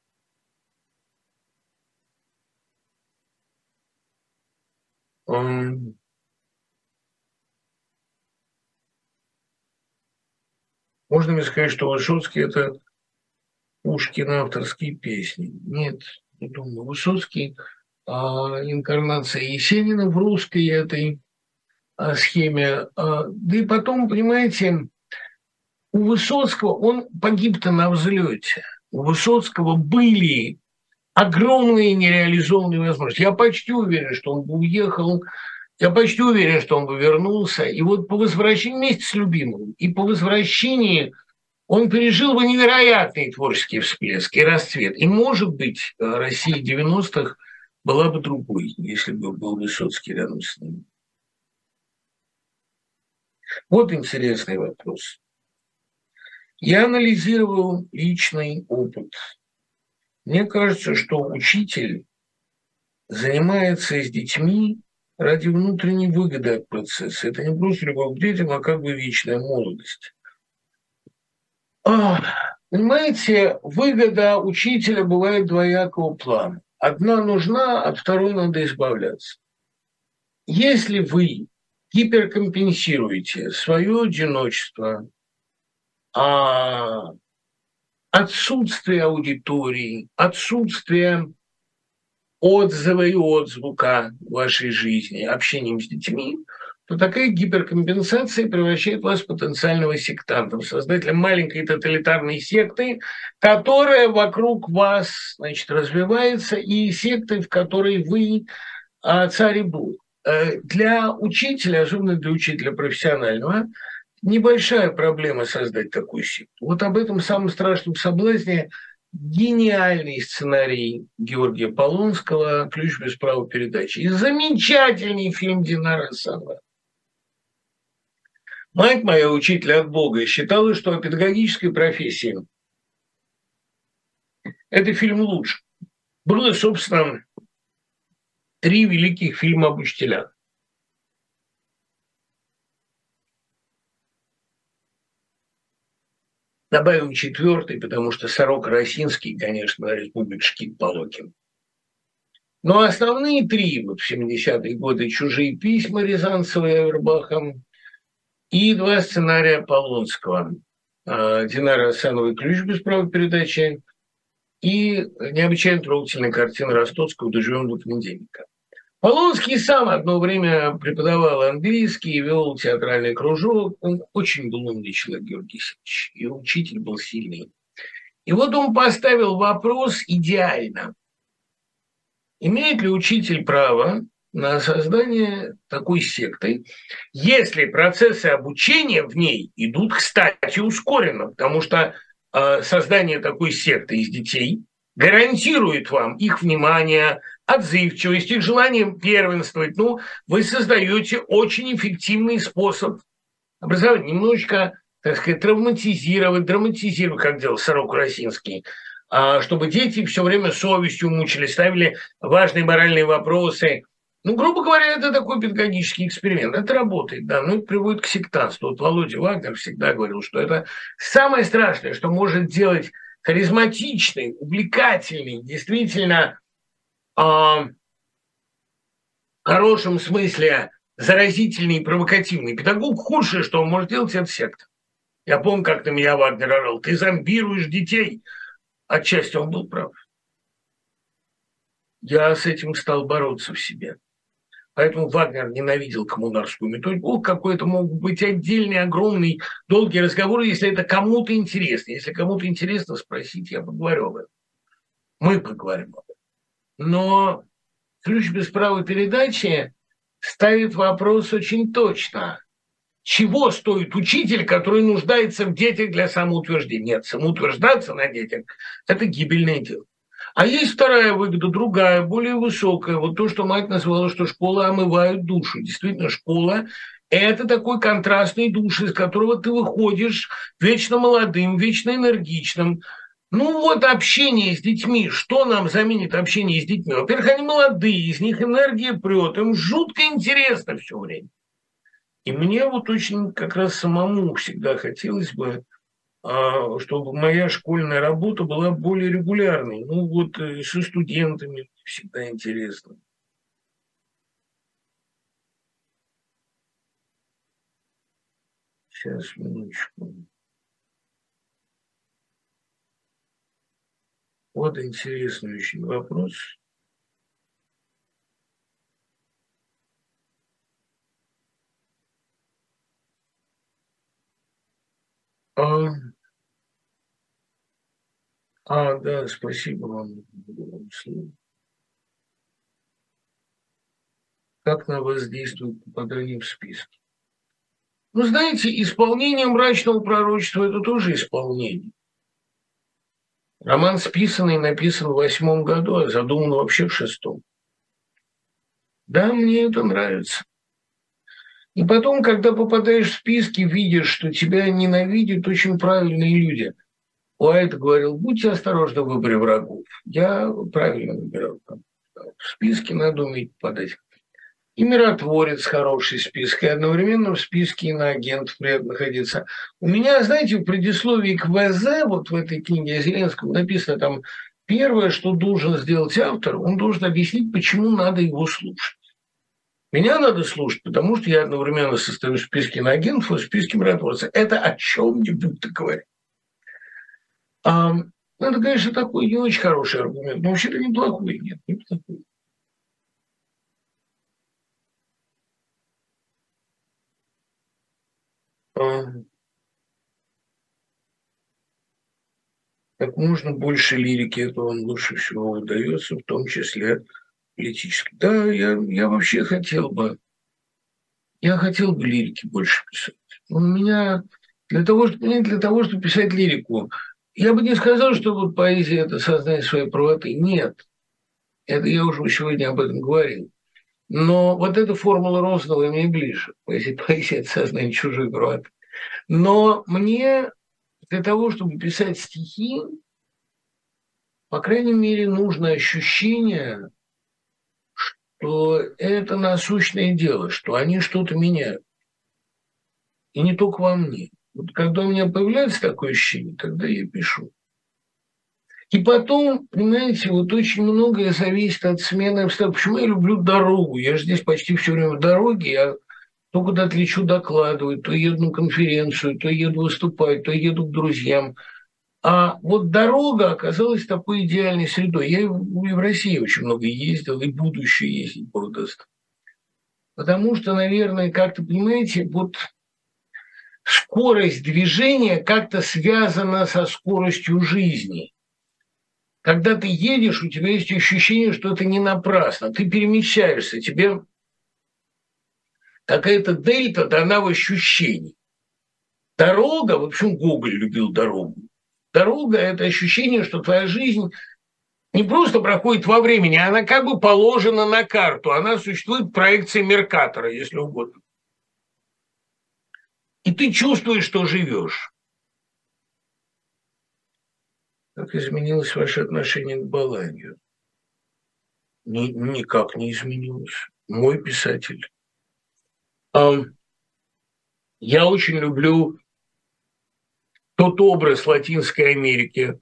Можно мне сказать, что Высоцкий – это Пушкин авторские песни? Нет, не думаю. Высоцкий инкарнация Есенина в русской этой схеме. Да и потом, понимаете, у Высоцкого, он погиб-то на взлете. У Высоцкого были огромные нереализованные возможности. Я почти уверен, что он бы уехал, я почти уверен, что он бы вернулся. И вот по возвращении вместе с любимым, и по возвращении он пережил бы невероятный творческий всплеск и расцвет. И, может быть, Россия 90-х была бы другой, если бы был Высоцкий рядом с ним. Вот интересный вопрос. Я анализировал личный опыт. Мне кажется, что учитель занимается с детьми ради внутренней выгоды от процесса. Это не просто любовь к детям, а как бы вечная молодость. Понимаете, выгода учителя бывает двоякого плана. Одна нужна, от второй надо избавляться. Если вы гиперкомпенсируете свое одиночество, отсутствие аудитории, отсутствие отзыва и отзвука в вашей жизни, общением с детьми, то такая гиперкомпенсация превращает вас в потенциального сектанта, в создателя маленькой тоталитарной секты, которая вокруг вас, значит, развивается, и секты, в которой вы царь и бог. Для учителя, особенно для учителя профессионального, небольшая проблема создать такую секту. Вот об этом самом страшном соблазне гениальный сценарий Георгия Полонского «Ключ без права передачи» и замечательный фильм Динара Асанова. Мать моя, учитель от Бога, считала, что о педагогической профессии этот фильм лучше. Было, собственно, 3 великих фильма об учителях. Добавим 4-й, потому что Сорока Росинский, конечно, Республик Шкит Полокин. Но основные 3, вот в 70-е годы, «Чужие письма» Рязанцева и Авербахом, и 2 сценария Полонского. Динара Асанова «Ключ без права передачи» и необычайно трогательная картина Ростоцкого «Доживем до понедельника». Полонский сам одно время преподавал английский, вел театральный кружок. Он очень был умный человек, Георгий Алексеевич, и учитель был сильный. И вот он поставил вопрос идеально. Имеет ли учитель право на создание такой секты, если процессы обучения в ней идут, кстати, ускоренно, потому что создание такой секты из детей гарантирует вам их внимание, отзывчивость, их желание первенствовать. Ну, вы создаете очень эффективный способ образования. Немножечко, так сказать, драматизировать, как делал Сорока Росинский, чтобы дети все время совестью мучились, ставили важные моральные вопросы. Ну, грубо говоря, это такой педагогический эксперимент. Это работает, да, но это приводит к сектантству. Вот Володя Вагнер всегда говорил, что это самое страшное, что может делать харизматичный, увлекательный, действительно в хорошем смысле заразительный и провокативный педагог. Худшее, что он может делать, это секта. Я помню, как на меня Вагнер орал: ты зомбируешь детей. Отчасти он был прав. Я с этим стал бороться в себе. Поэтому Вагнер ненавидел коммунарскую методику. Какой-то мог быть отдельный, огромный, долгий разговор, если это кому-то интересно. Если кому-то интересно спросить, я поговорю об этом. Мы поговорим об этом. Но «Ключ без права передачи» ставит вопрос очень точно. Чего стоит учитель, который нуждается в детях для самоутверждения? Нет, самоутверждаться на детях – это гибельное дело. А есть вторая выгода, другая, более высокая. Вот то, что мать назвала, что школа омывает душу. Действительно, школа – это такой контрастный душ, из которого ты выходишь вечно молодым, вечно энергичным, Ну вот общение с детьми, что нам заменит общение с детьми? Во-первых, они молодые, из них энергия прет, им жутко интересно все время. И мне вот очень как раз самому всегда хотелось бы, чтобы моя школьная работа была более регулярной. Ну вот со студентами всегда интересно. Сейчас, минуточку. Вот интересный очень вопрос. А, да, спасибо вам. Как на вас действует попадание в списки? Ну, знаете, исполнение мрачного пророчества – это тоже исполнение. Роман списанный, написан в 8 году, а задуман вообще в 6. Да, мне это нравится. И потом, когда попадаешь в списки, видишь, что тебя ненавидят очень правильные люди. Уайт говорил, будьте осторожны в выборе врагов. Я правильно выбирал. В списки надо уметь попадать. И миротворец хороший список, и одновременно в списке иноагентов приятно находиться. У меня, знаете, в предисловии к ВЗ, вот в этой книге о Зеленском написано там, первое, что должен сделать автор, он должен объяснить, почему надо его слушать. Меня надо слушать, потому что я одновременно состою в списке иноагентов и в списке миротворца. Это о чем-нибудь говорит. Это, конечно, такой не очень хороший аргумент, но вообще-то неплохой. Нет, неплохой. Как можно больше лирики, это вам лучше всего удается, в том числе политической. Да, я вообще я хотел бы лирики больше писать. У меня для того, чтобы писать лирику, я бы не сказал, что вот поэзия – это сознание своей правоты. Нет, это я уже сегодня об этом говорил. Но вот эта формула Розанова мне ближе. Поэзия – это сознание чужой правоты. Но мне для того, чтобы писать стихи, по крайней мере, нужно ощущение, что это насущное дело, что они что-то меняют. И не только во мне. Вот когда у меня появляется такое ощущение, тогда я пишу. И потом, понимаете, вот очень многое зависит от смены обстоятельств. Почему я люблю дорогу? Я же здесь почти все время в дороге, я то куда-то лечу докладывать, то еду на конференцию, то еду выступать, то еду к друзьям. А вот дорога оказалась такой идеальной средой. Я и в России очень много ездил, и буду еще ездить, Бог даст. Потому что, наверное, как-то, понимаете, вот скорость движения как-то связана со скоростью жизни. Когда ты едешь, у тебя есть ощущение, что это не напрасно. Ты перемещаешься, тебе какая-то дельта дана в ощущении. Дорога, в общем, Гоголь любил дорогу. Дорога – это ощущение, что твоя жизнь не просто проходит во времени, она как бы положена на карту. Она существует в проекции Меркатора, если угодно. И ты чувствуешь, что живешь. Как изменилось ваше отношение к Баланью? Никак не изменилось. Мой писатель. Я очень люблю тот образ Латинской Америки,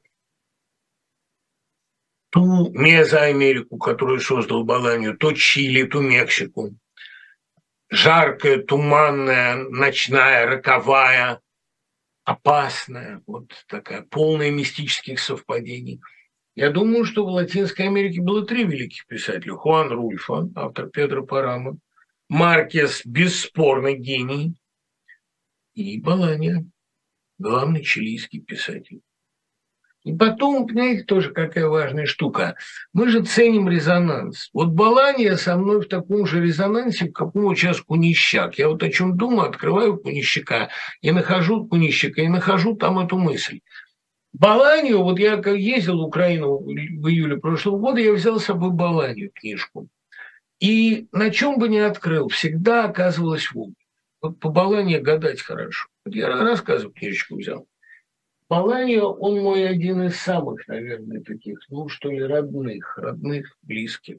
ту Мезоамерику, которую создал Баланью, то Чили, ту Мексику. Жаркая, туманная, ночная, роковая, опасная, вот такая, полная мистических совпадений. Я думаю, что в Латинской Америке было 3 великих писателя. Хуан Рульфо, автор Педро Парама, Маркес, бесспорный гений, и Баланья, главный чилийский писатель. И потом, понимаете, тоже какая важная штука. Мы же ценим резонанс. Вот Баланья со мной в таком же резонансе, в каком вот сейчас Кунищак. Я вот о чем думаю, открываю Кунищака и нахожу Кунищака, и нахожу там эту мысль. Баланью, вот я как ездил в Украину в июле прошлого года, я взял с собой Баланью книжку. И на чем бы ни открыл, всегда оказывалось в. Вот по Баланье гадать хорошо. Вот я рассказываю, книжечку взял. Маланья, он мой один из самых, наверное, таких, ну, что ли, родных, близких.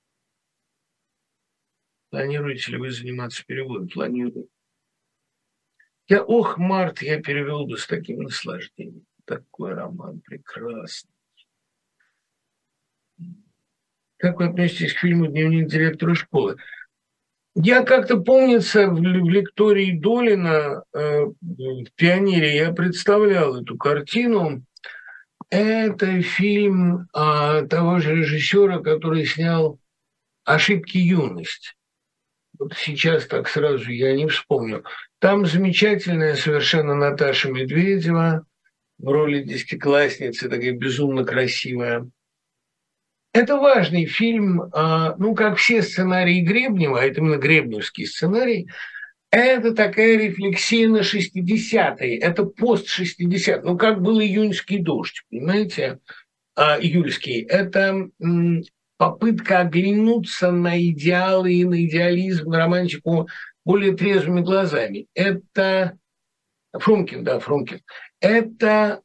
Планируете ли вы заниматься переводом? Планирую. Март, я перевел бы с таким наслаждением. Такой роман прекрасный. Как вы относитесь к фильму «Дневник директора школы»? Я как-то, помнится, в лектории Долина в «Пионере» я представлял эту картину. Это фильм того же режиссера, который снял «Ошибки юности». Вот сейчас так сразу я не вспомню. Там замечательная совершенно Наташа Медведева в роли десятиклассницы, такая безумно красивая. Это важный фильм, ну, как все сценарии Гребнева, это именно гребневский сценарий, это такая рефлексия на 60-е, это пост-60-е, ну, как был «Июньский дождь», понимаете, июльский. Это попытка оглянуться на идеалы и на идеализм, на романтику более трезвыми глазами. Это Фрумкин, да, Фрумкин. Это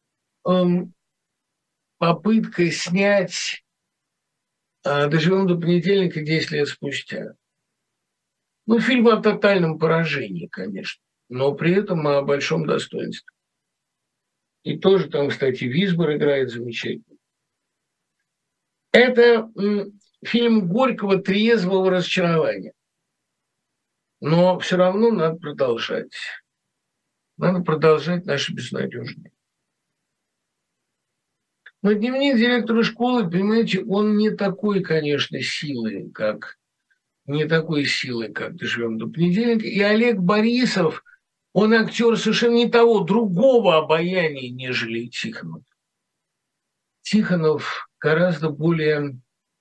попытка снять «Доживем до понедельника» 10 лет спустя. Ну, фильм о тотальном поражении, конечно, но при этом о большом достоинстве. И тоже там, кстати, Висбор играет замечательно. Это фильм горького, трезвого разочарования. Но все равно надо продолжать. Надо продолжать наши безнадежные. Но «Дневник директора школы», понимаете, он не такой, конечно, силы, как «Доживем до понедельника». И Олег Борисов, он актер совершенно не того, другого обаяния, нежели Тихонов. Тихонов гораздо более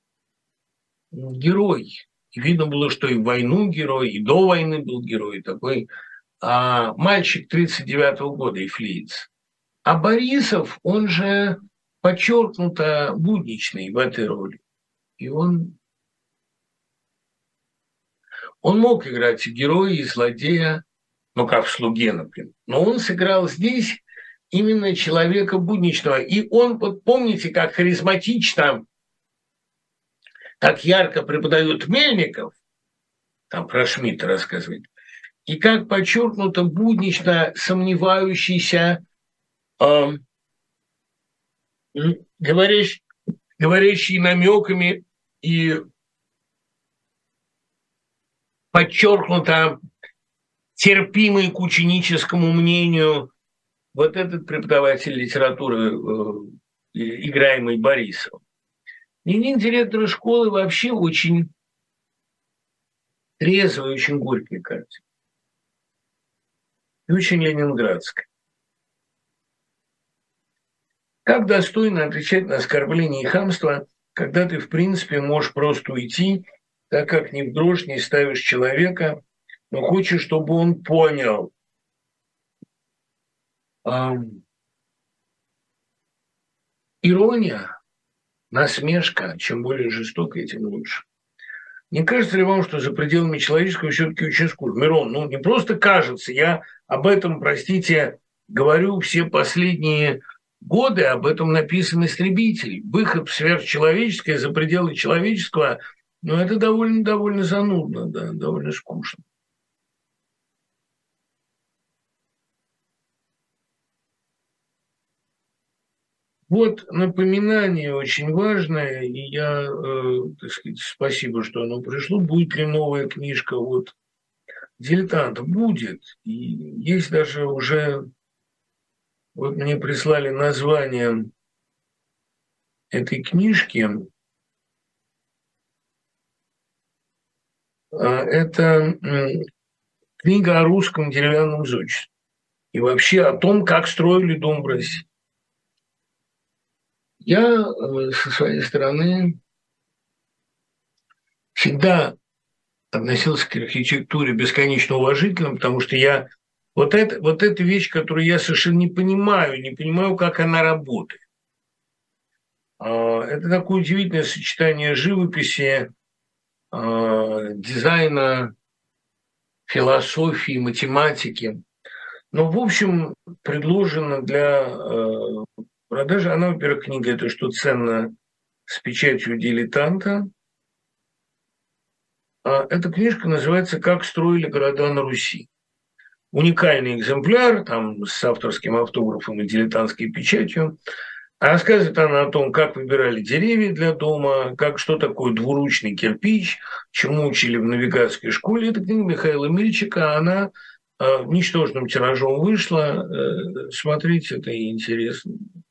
герой. И видно было, что и в войну герой, и до войны был герой, такой мальчик 1939 года, ифлиец. А Борисов, он же подчеркнуто будничный в этой роли. И он мог играть и героя, и злодея, ну, как в «Слуге», например. Но он сыграл здесь именно человека будничного. И он, вот помните, как харизматично, как ярко преподает Мельников, там про Шмидта рассказывает, и как подчеркнуто буднично сомневающийся, говорящий намеками и подчеркнуто терпимый к ученическому мнению вот этот преподаватель литературы, играемый Борисовым. Дневник директора школы вообще очень трезвый, очень горький картина. И очень ленинградская. Как достойно отвечать на оскорбление и хамство, когда ты, в принципе, можешь просто уйти, так как ни в дрожь не ставишь человека, но хочешь, чтобы он понял. Ирония, насмешка, чем более жестокая, тем лучше. Не кажется ли вам, что за пределами человеческого все-таки очень скучно? Мирон, ну не просто кажется, я об этом, простите, говорю все последние годы, об этом написан «Истребитель». Выход в сверхчеловеческое, за пределы человеческого, ну это довольно занудно, да, довольно скучно. Вот напоминание очень важное, и я, так сказать, спасибо, что оно пришло. Будет ли новая книжка от «Дилетанта»? Будет. И есть даже уже, вот мне прислали название этой книжки. Это книга о русском деревянном зодчестве. И вообще о том, как строили дом в России. Я со своей стороны всегда относился к архитектуре бесконечно уважительно, потому что я вот эта вещь, которую я совершенно не понимаю, как она работает. Это такое удивительное сочетание живописи, дизайна, философии, математики. Но, в общем, предложена для продажи. Она, во-первых, книга, это что ценно, с печатью дилетанта. Эта книжка называется «Как строили города на Руси». Уникальный экземпляр, там с авторским автографом и дилетантской печатью. А рассказывает она о том, как выбирали деревья для дома, как, что такое двуручный кирпич, чему учили в навигатской школе. Это книга Михаила Мильчика, она ничтожным тиражом вышла. Смотрите, это и интересно.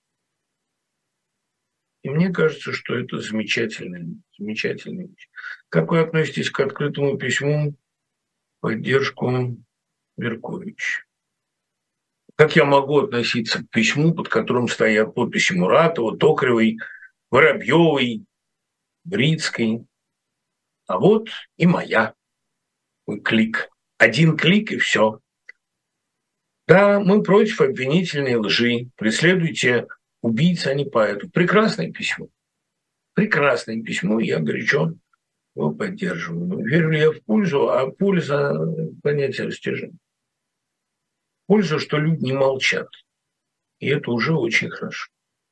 И мне кажется, что это замечательная вещь. Как вы относитесь к открытому письму в поддержку Верковича? Как я могу относиться к письму, под которым стоят подписи Муратова, Токаревой, Воробьевой, Брицкой? А вот и моя. Клик. Один клик и все. Да, мы против обвинительной лжи. Преследуйте убийц, а не поэту. Прекрасное письмо. Прекрасное письмо, я горячо его поддерживаю. Верю ли я в пользу, а польза – понятие растяжения. Польза, что люди не молчат. И это уже очень хорошо.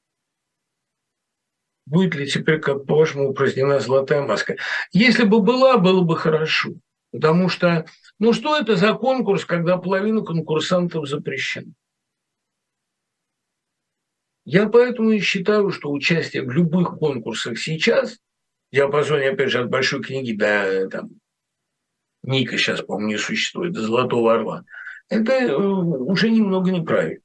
Будет ли теперь, как по-вашему, упразднена золотая маска? Если бы была, было бы хорошо. Потому что, что это за конкурс, когда половина конкурсантов запрещена? Я поэтому и считаю, что участие в любых конкурсах сейчас, в диапазоне, опять же, от большой книги до Ника сейчас, по-моему, не существует, до Золотого Орла, это уже немного неправильно.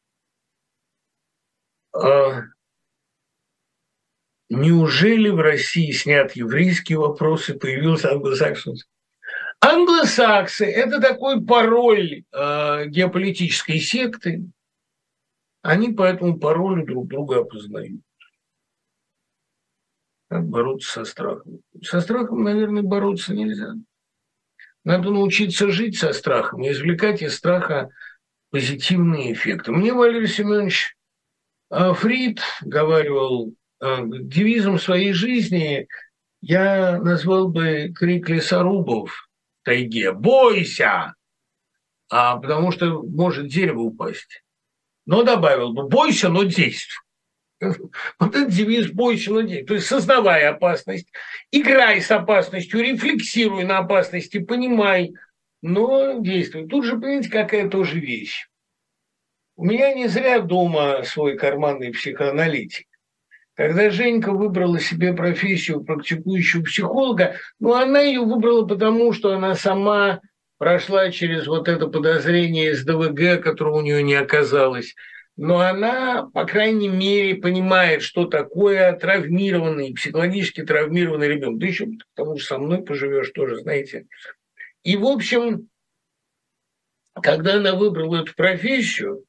Неужели в России снят еврейский вопрос и появился англосаксонский? Англосаксы – это такой пароль геополитической секты. Они по этому паролю друг друга опознают. Как бороться со страхом? Со страхом, наверное, бороться нельзя. Надо научиться жить со страхом и извлекать из страха позитивные эффекты. Мне Валерий Семенович Фрид говаривал, девизом своей жизни я назвал бы крик лесорубов в тайге «Бойся!», потому что может дерево упасть. Но добавил бы «Бойся, но действуй». Вот этот девиз «Бойся, но действуй». То есть сознавай опасность, играй с опасностью, рефлексируй на опасности, понимай, но действуй. Тут же, понимаете, какая тоже вещь. У меня не зря дома свой карманный психоаналитик. Когда Женька выбрала себе профессию практикующего психолога, она ее выбрала потому, что она сама прошла через вот это подозрение СДВГ, которого у нее не оказалось. Но она, по крайней мере, понимает, что такое травмированный, психологически травмированный ребенок. Да еще потому что со мной поживешь тоже, знаете. И, в общем, когда она выбрала эту профессию,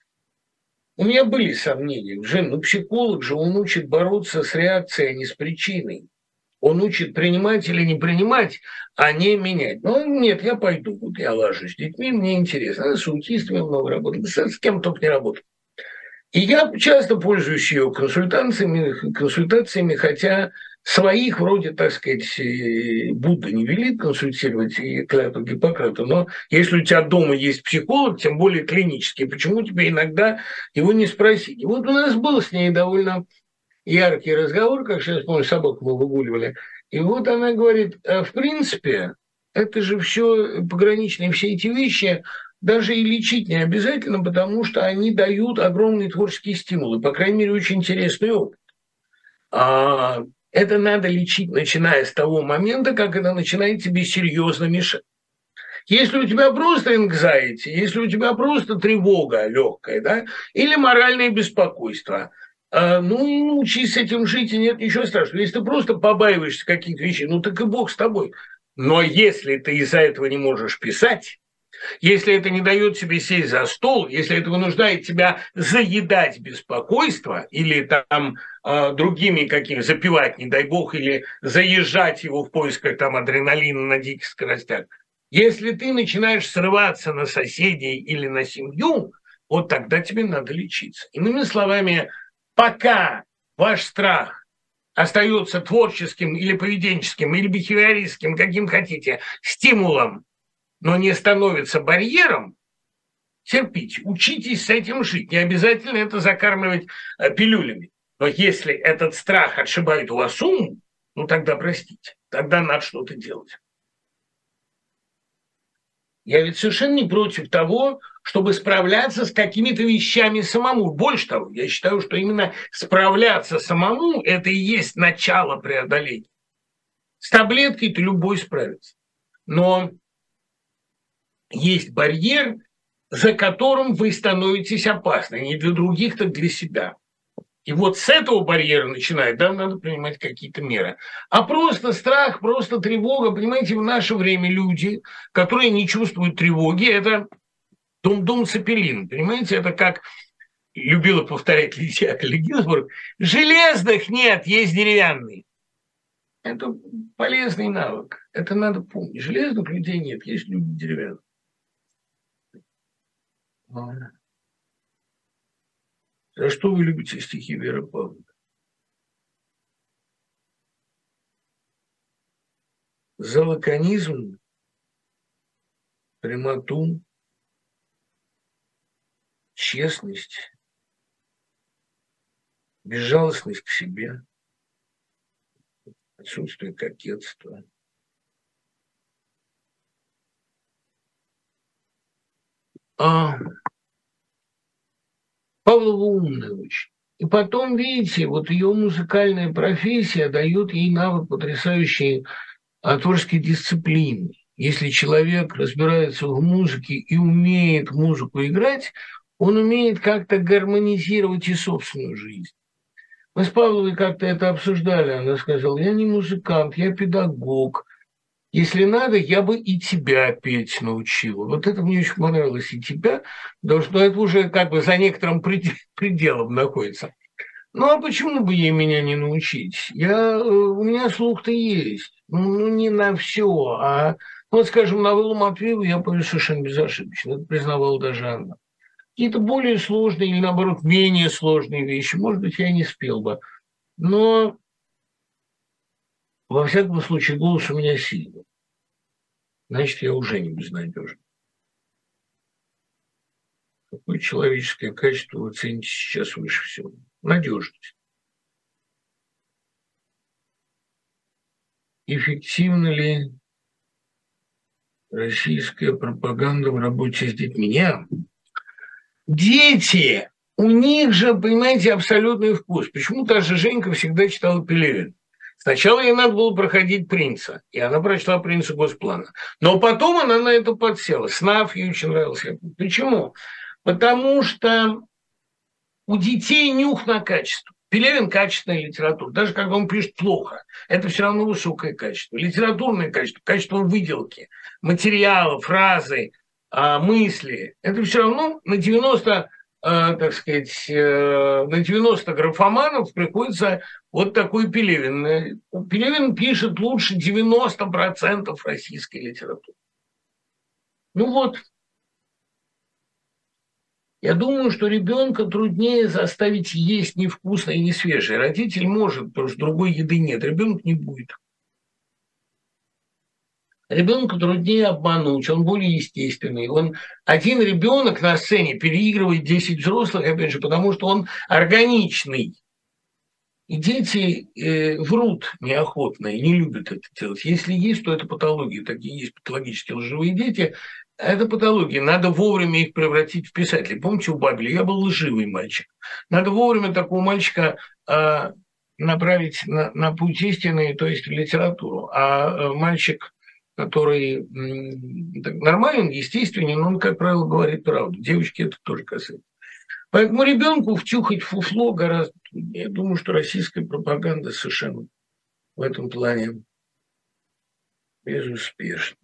у меня были сомнения. Жень, психолог же, он учит бороться с реакцией, а не с причиной. Он учит принимать или не принимать, а не менять. Нет, я пойду, вот я ложусь с детьми, мне интересно. Она с аутистами много работает, с кем только не работает. И я часто пользуюсь ее консультациями, хотя своих вроде, так сказать, Будда не велит консультировать и клятву Гиппократа, но если у тебя дома есть психолог, тем более клинический, почему тебе иногда его не спросить? И вот у нас был с ней довольно яркий разговор, как сейчас помню, собаку мы выгуливали, и вот она говорит, в принципе, это же все пограничные, все эти вещи, даже и лечить не обязательно, потому что они дают огромный творческий стимул, и, по крайней мере, очень интересный опыт. Это надо лечить, начиная с того момента, как это начинает тебе серьезно мешать. Если у тебя просто anxiety, если у тебя просто тревога легкая, да, или моральное беспокойство, учись с этим жить, и нет ничего страшного. Если ты просто побаиваешься каких-то вещей, так и бог с тобой. Но если ты из-за этого не можешь писать, если это не дает тебе сесть за стол, если это вынуждает тебя заедать беспокойство или там другими какими, запивать, не дай бог, или заезжать его в поисках там адреналина на диких скоростях, если ты начинаешь срываться на соседей или на семью, вот тогда тебе надо лечиться. Иными словами, пока ваш страх остается творческим или поведенческим, или бихевиористским, каким хотите, стимулом, но не становится барьером, терпите, учитесь с этим жить. Не обязательно это закармливать пилюлями. Но если этот страх отшибает у вас ум, ну тогда простите, тогда надо что-то делать. Я ведь совершенно не против того, чтобы справляться с какими-то вещами самому. Больше того, я считаю, что именно справляться самому – это и есть начало преодоления. С таблеткой-то любой справится. Но есть барьер, за которым вы становитесь опасны. Не для других, так для себя. И вот с этого барьера начинает, да, надо принимать какие-то меры. А просто страх, просто тревога, понимаете, в наше время люди, которые не чувствуют тревоги, это дум-дум цепелин, понимаете, это как любила повторять Лидия Гинзбург, железных нет, есть деревянные. Это полезный навык, это надо помнить. Железных людей нет, есть люди деревянные. За что вы любите стихи Веры Павловны? За лаконизм, прямоту, честность, безжалостность к себе, отсутствие кокетства. Павлова умная очень. И потом, видите, вот ее музыкальная профессия дает ей навык потрясающей творческой дисциплины. Если человек разбирается в музыке и умеет музыку играть, он умеет как-то гармонизировать и собственную жизнь. Мы с Павловой как-то это обсуждали. Она сказала, я не музыкант, я педагог. Если надо, я бы и тебя петь научила. Вот это мне очень понравилось, и тебя, потому что это уже как бы за некоторым пределом находится. Ну, а почему бы ей меня не научить? У меня слух-то есть. Ну, не на все, а, вот, скажем, на Виллу Матвееву я пою совершенно безошибочно. Это признавала даже она. Какие-то более сложные или, наоборот, менее сложные вещи, может быть, я не спел бы. Но, во всяком случае, голос у меня сильный. Значит, я уже не безнадежен. Какое человеческое качество вы цените сейчас выше всего? Надежность. Эффективна ли российская пропаганда в работе с детьми? Нет. Дети, у них же, понимаете, абсолютный вкус. Почему та же Женька всегда читала Пелевина? Сначала ей надо было проходить «Принца», и она прочла «Принца Госплана». Но потом она на это подсела. «Снаф» ей очень нравился. Почему? Потому что у детей нюх на качество. Пелевин – качественная литература. Даже когда он пишет плохо, это все равно высокое качество. Литературное качество, качество выделки, материала, фразы, мысли. Это все равно на 90, так сказать, на 90 графоманов приходится вот такой Пелевин. Пелевин пишет лучше 90% российской литературы. Ну вот. Я думаю, что ребенка труднее заставить есть невкусное и не свежее. Родитель может, потому что другой еды нет. Ребенок не будет. Ребенка труднее обмануть, он более естественный. Один ребенок на сцене переигрывает 10 взрослых, опять же, потому что он органичный. И дети врут неохотно и не любят это делать. Если есть, то это патология. Такие есть патологические лживые дети. Это патология. Надо вовремя их превратить в писателей. Помните, у Бабеля я был лживый мальчик. Надо вовремя такого мальчика направить на путь истины, то есть в литературу. А мальчик, который нормален, естественен, он, как правило, говорит правду. Девочки это тоже касается. Поэтому ребенку втюхать фуфло гораздо труднее. Я думаю, что российская пропаганда совершенно в этом плане безуспешна.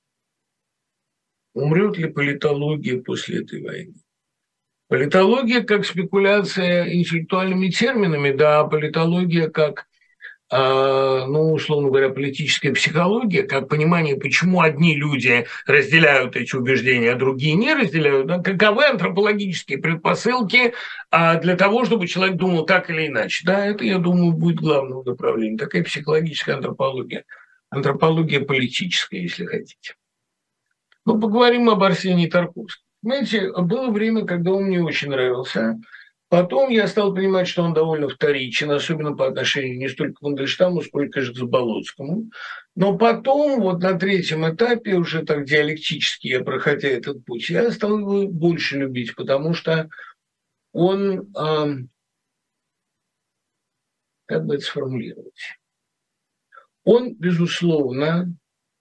Умрет ли политология после этой войны? Политология как спекуляция интеллектуальными терминами, да, политология как, условно говоря, политическая психология, как понимание, почему одни люди разделяют эти убеждения, а другие не разделяют, да, каковы антропологические предпосылки для того, чтобы человек думал так или иначе. Да, это, я думаю, будет главным направлением. Такая психологическая антропология. Антропология политическая, если хотите. Ну, поговорим об Арсении Тарковском. Знаете, было время, когда он мне очень нравился. Потом я стал понимать, что он довольно вторичен, особенно по отношению не столько к Мандельштаму, сколько же к Заболоцкому. Но потом, вот на третьем этапе, уже так диалектически я проходя этот путь, я стал его больше любить, потому что он, как бы это сформулировать, он, безусловно,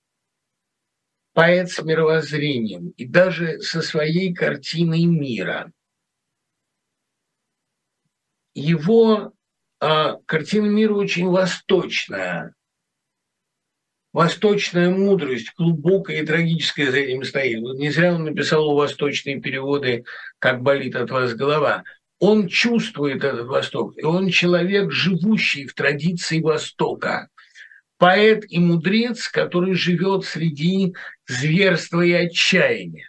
поэт с мировоззрением и даже со своей картиной мира. Его картина мира очень восточная. Восточная мудрость, глубокая и трагическая за этим стоит. Вот не зря он написал восточные переводы «Как болит от вас голова». Он чувствует этот Восток, и он человек, живущий в традиции Востока. Поэт и мудрец, который живет среди зверства и отчаяния.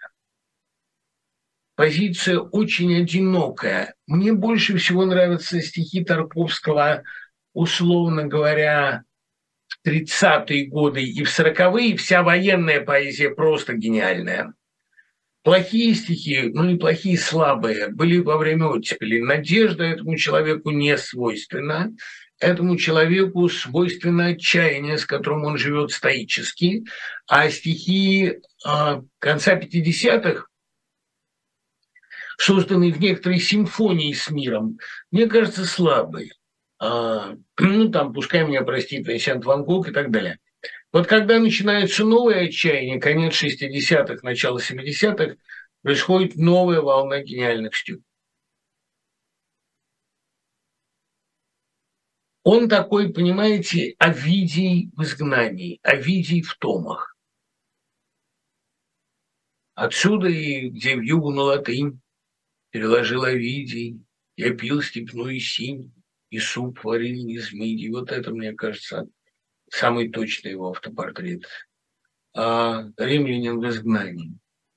Позиция очень одинокая. Мне больше всего нравятся стихи Тарковского, условно говоря, в 30-е годы и в 40-е. Вся военная поэзия просто гениальная. Плохие стихи, ну неплохие, слабые, были во время оттепели. Надежда этому человеку не свойственна. Этому человеку свойственно отчаяние, с которым он живет стоически. А стихи конца 50-х, созданные в некоторой симфонии с миром, мне кажется, слабые. Ну, там, пускай меня простит Винсент Ван Гог и так далее. Вот когда начинается новое отчаяние, конец 60-х, начало 70-х, происходит новая волна гениальных стихов. Он такой, понимаете, Овидий в изгнании, Овидий в томах. Отсюда и где в югу на латынь переложил Овидий, я пил степную синь, и суп варил из мидий. Вот это, мне кажется, самый точный его автопортрет. А римлянин в изгнании.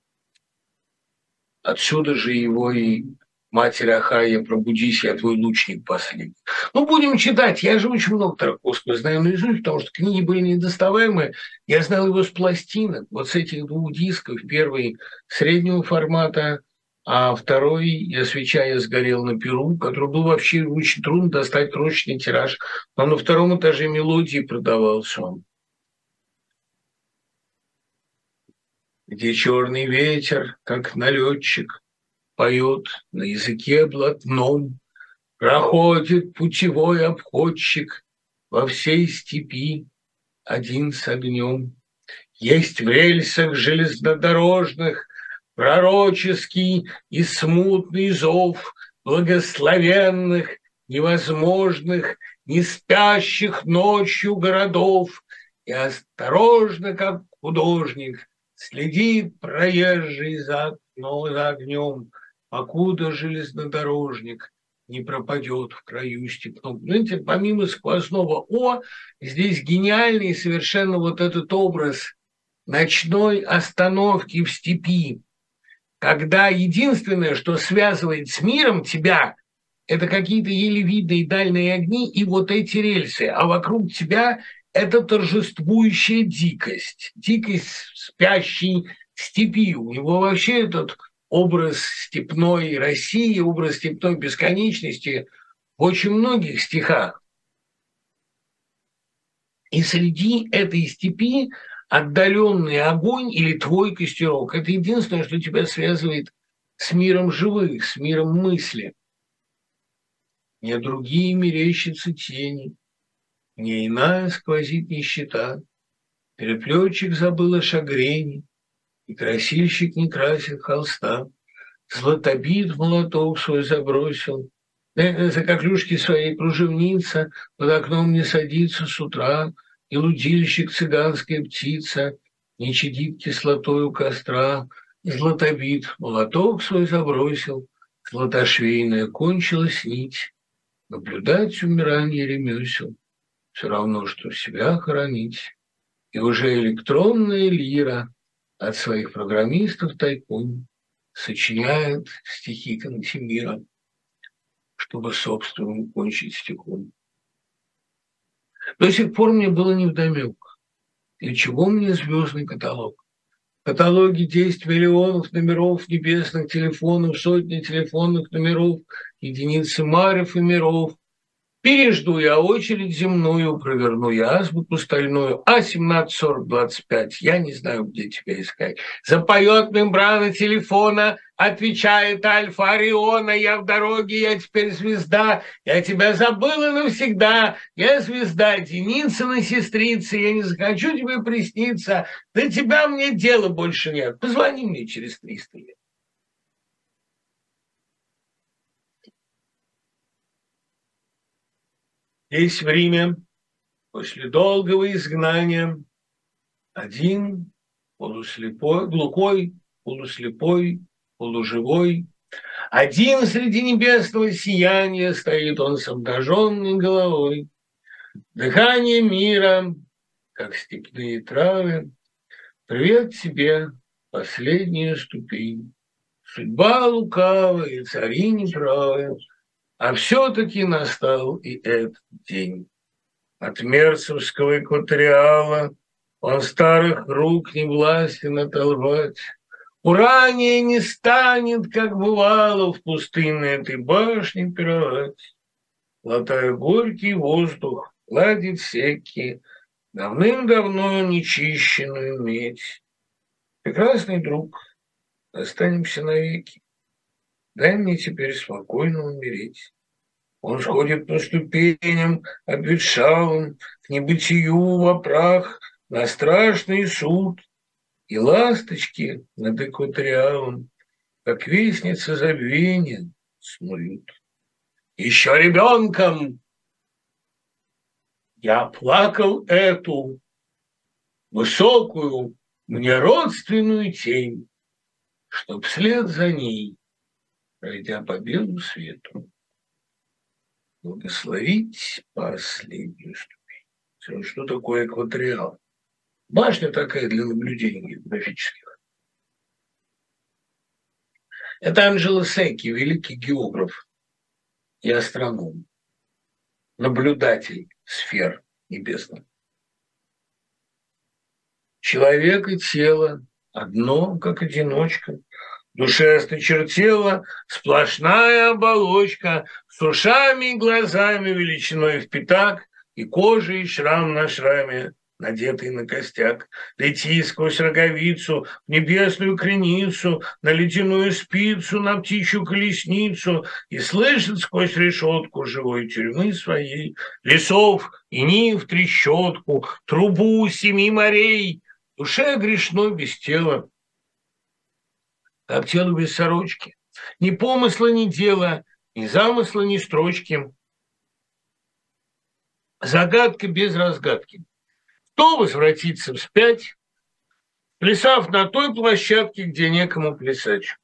Отсюда же его и «Матерь Ахайя, пробудись, я твой лучник последний». Ну, будем читать. Я же очень много Тарковского знаю наизусть, потому что книги были недоставаемые. Я знал его с пластинок, вот с этих двух дисков. Первый среднего формата, а второй «Я свеча, я сгорел на перу», который был вообще очень трудно достать ручный тираж. Но на втором этаже мелодии продавался он. Где черный ветер, как налетчик, поет на языке блатном, проходит путевой обходчик во всей степи один с огнем. Есть в рельсах железнодорожных пророческий и смутный зов благословенных, невозможных, не спящих ночью городов. И осторожно, как художник, следит проезжий за огнем, покуда железнодорожник не пропадет в краю степном. Знаете, помимо сквозного «о», здесь гениальный совершенно вот этот образ ночной остановки в степи, когда единственное, что связывает с миром тебя, это какие-то еле видные дальние огни и вот эти рельсы, а вокруг тебя это торжествующая дикость, дикость спящей степи. У него вообще этот образ степной России, образ степной бесконечности в очень многих стихах. И среди этой степи отдаленный огонь или твой костерок – это единственное, что тебя связывает с миром живых, с миром мысли. Не другие мерещатся тени, не иная сквозит нищета. Переплетчик забыл о шагрени, и красильщик не красит холста. Златобит молоток свой забросил, за коклюшки своей кружевница под окном не садится с утра, и лудильщик цыганская птица не чадит кислотой у костра. Златобит молоток свой забросил, златошвейная кончилась нить. Наблюдать умирание ремесел все равно, что себя хоронить. И уже электронная лира от своих программистов тайком сочиняет стихи Кантемира, чтобы собственным кончить стихом. До сих пор мне было невдомёк, для чего мне звездный каталог. каталоге 10 миллионов номеров небесных телефонов, сотни телефонных номеров, единицы марев и миров. Пережду я очередь земную, проверну я азбуку стальную, а 174025, я не знаю, где тебя искать. Запоет мембрана телефона, отвечает Альфа Ориона, я в дороге, я теперь звезда, я тебя забыла навсегда, я звезда, Деницына сестрица, я не захочу тебе присниться, до тебя мне дела больше нет, позвони мне через 300 лет. Здесь в Риме, после долгого изгнания, один полуслепой, глухой, полуслепой, полуживой, один среди небесного сияния стоит он с обнаженной головой. Дыхание мира, как степные травы, привет тебе, последняя ступень. Судьба лукавая, цари неправы, а все-таки настал и этот день. От мерцевского экваториала он старых рук не властен оторвать. Урания не станет, как бывало, в пустынной этой башне пировать. Глотая горький воздух, ладит секи, давным-давно нечищенную медь. Прекрасный друг, останемся навеки. Дай мне теперь спокойно умереть. Он сходит по ступеням, обветшалым, к небытию во прах, на страшный суд. И ласточки над экваториалом, как вестница забвения, снуют. Еще ребенком я плакал эту высокую, мне родственную тень, чтоб вслед за ней, пройдя по белу свету, благословить последнюю ступень. Что такое экваториал? Башня такая для наблюдений географических. Это Анджело Секки, великий географ и астроном, наблюдатель сфер небесных. Человек и тело одно, как одиночка. Душе осточертела сплошная оболочка с ушами и глазами величиной в пятак и кожей шрам на шраме, надетый на костяк. Лети сквозь роговицу в небесную креницу, на ледяную спицу, на птичью колесницу и слышит сквозь решетку живой тюрьмы своей лесов и нив трещотку, трубу 7 морей. Душе грешной без тела, как телу без сорочки. Ни помысла, ни дела, ни замысла, ни строчки. Загадка без разгадки. Кто возвратится вспять, плясав на той площадке, где некому плясать?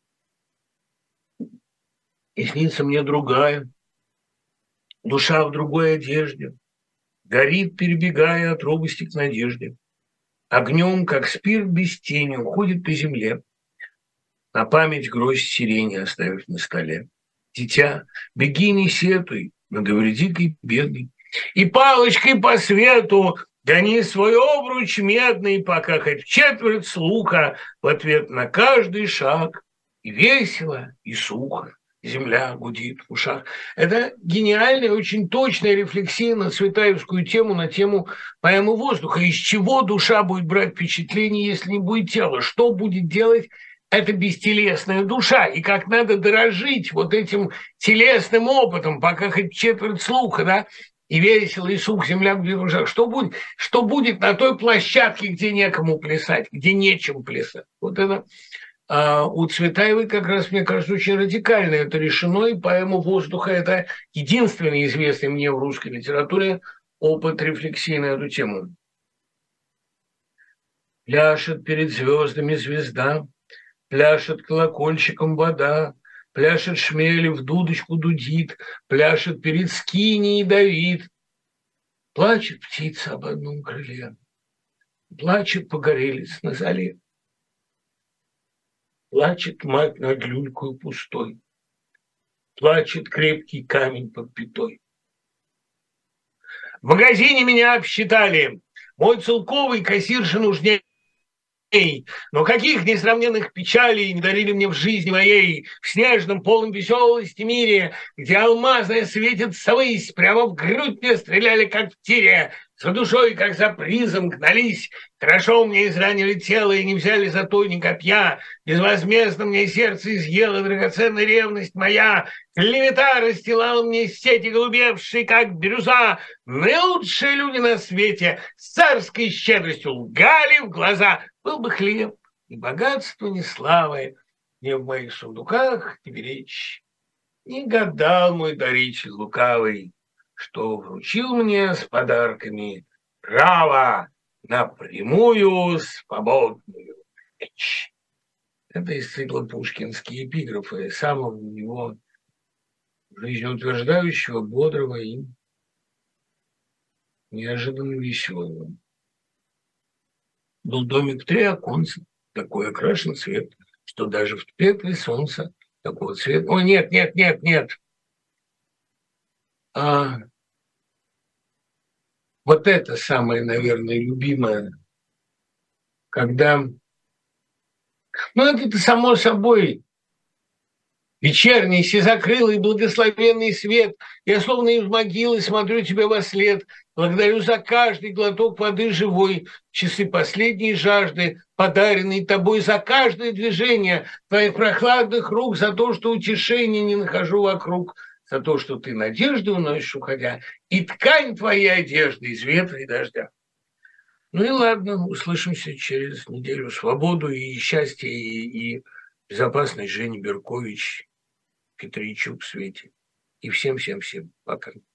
И снится мне другая, душа в другой одежде, горит, перебегая от робости к надежде. Огнем, как спирт без тени, уходит по земле, на память гроздь сирени оставив на столе. Дитя, беги, не сетуй, но довреди-ка бедный, и палочкой по свету гони свой обруч медный, пока хоть четверть слуха в ответ на каждый шаг. И весело, и сухо земля гудит в ушах. Это гениальная, очень точная рефлексия на цветаевскую тему, на тему поэмы воздуха. Из чего душа будет брать впечатление, если не будет тела? Что будет делать эта бестелесная душа? И как надо дорожить вот этим телесным опытом, пока хоть четверть слуха, да? И весело, и сух, земля гудит в ушах. Что будет на той площадке, где некому плясать, где нечем плясать? Вот это... у Цветаевой как раз, мне кажется, очень радикально это решено, и поэма «Воздуха» – это единственный известный мне в русской литературе опыт рефлексии на эту тему. Пляшет перед звездами звезда, пляшет колокольчиком вода, пляшет шмель в дудочку дудит, пляшет перед скиней Давид. Плачет птица об одном крыле, плачет погорелец на зале. Плачет мать над люлькою пустой, плачет крепкий камень под пятой. В магазине меня обсчитали, мой целковый кассирша нужнее Но каких несравненных печалей не дарили мне в жизни моей, в снежном, полном веселости мире, где алмазная светится ввысь, прямо в грудь мне стреляли, как в тире, за душой, как за призом, гнались. Хорошо мне изранили тело и не взяли за то ни копья. Безвозмездно мне сердце изъела драгоценная ревность моя. Клевета расстилала мне сети голубевшие, как бирюза. Наилучшие люди на свете с царской щедростью лгали в глаза. Был бы хлеб, ни богатства, ни славы, ни в моих сундуках не беречь. Не гадал мой даритель лукавый, что вручил мне с подарками право на прямую свободную речь. Это из цикла «Пушкинские эпиграфы», самого у него жизнеутверждающего, бодрого и неожиданно веселого. Был домик 3 оконца, такой окрашен цвет, что даже в петле солнца такого цвета. О, нет. Вот это самое, наверное, любимое, когда... это само собой. Вечерний, всезакрылый, благословенный свет. Я словно из могилы смотрю тебе во след. Благодарю за каждый глоток воды живой, часы последней жажды, подаренные тобой, за каждое движение твоих прохладных рук, за то, что утешения не нахожу вокруг, за то, что ты надежды уносишь, уходя, и ткань твоей одежды из ветра и дождя. Ну и ладно, услышимся через неделю. Свободу и счастье, и безопасность Жени Беркович, Петричук, Свете. И всем-всем-всем пока.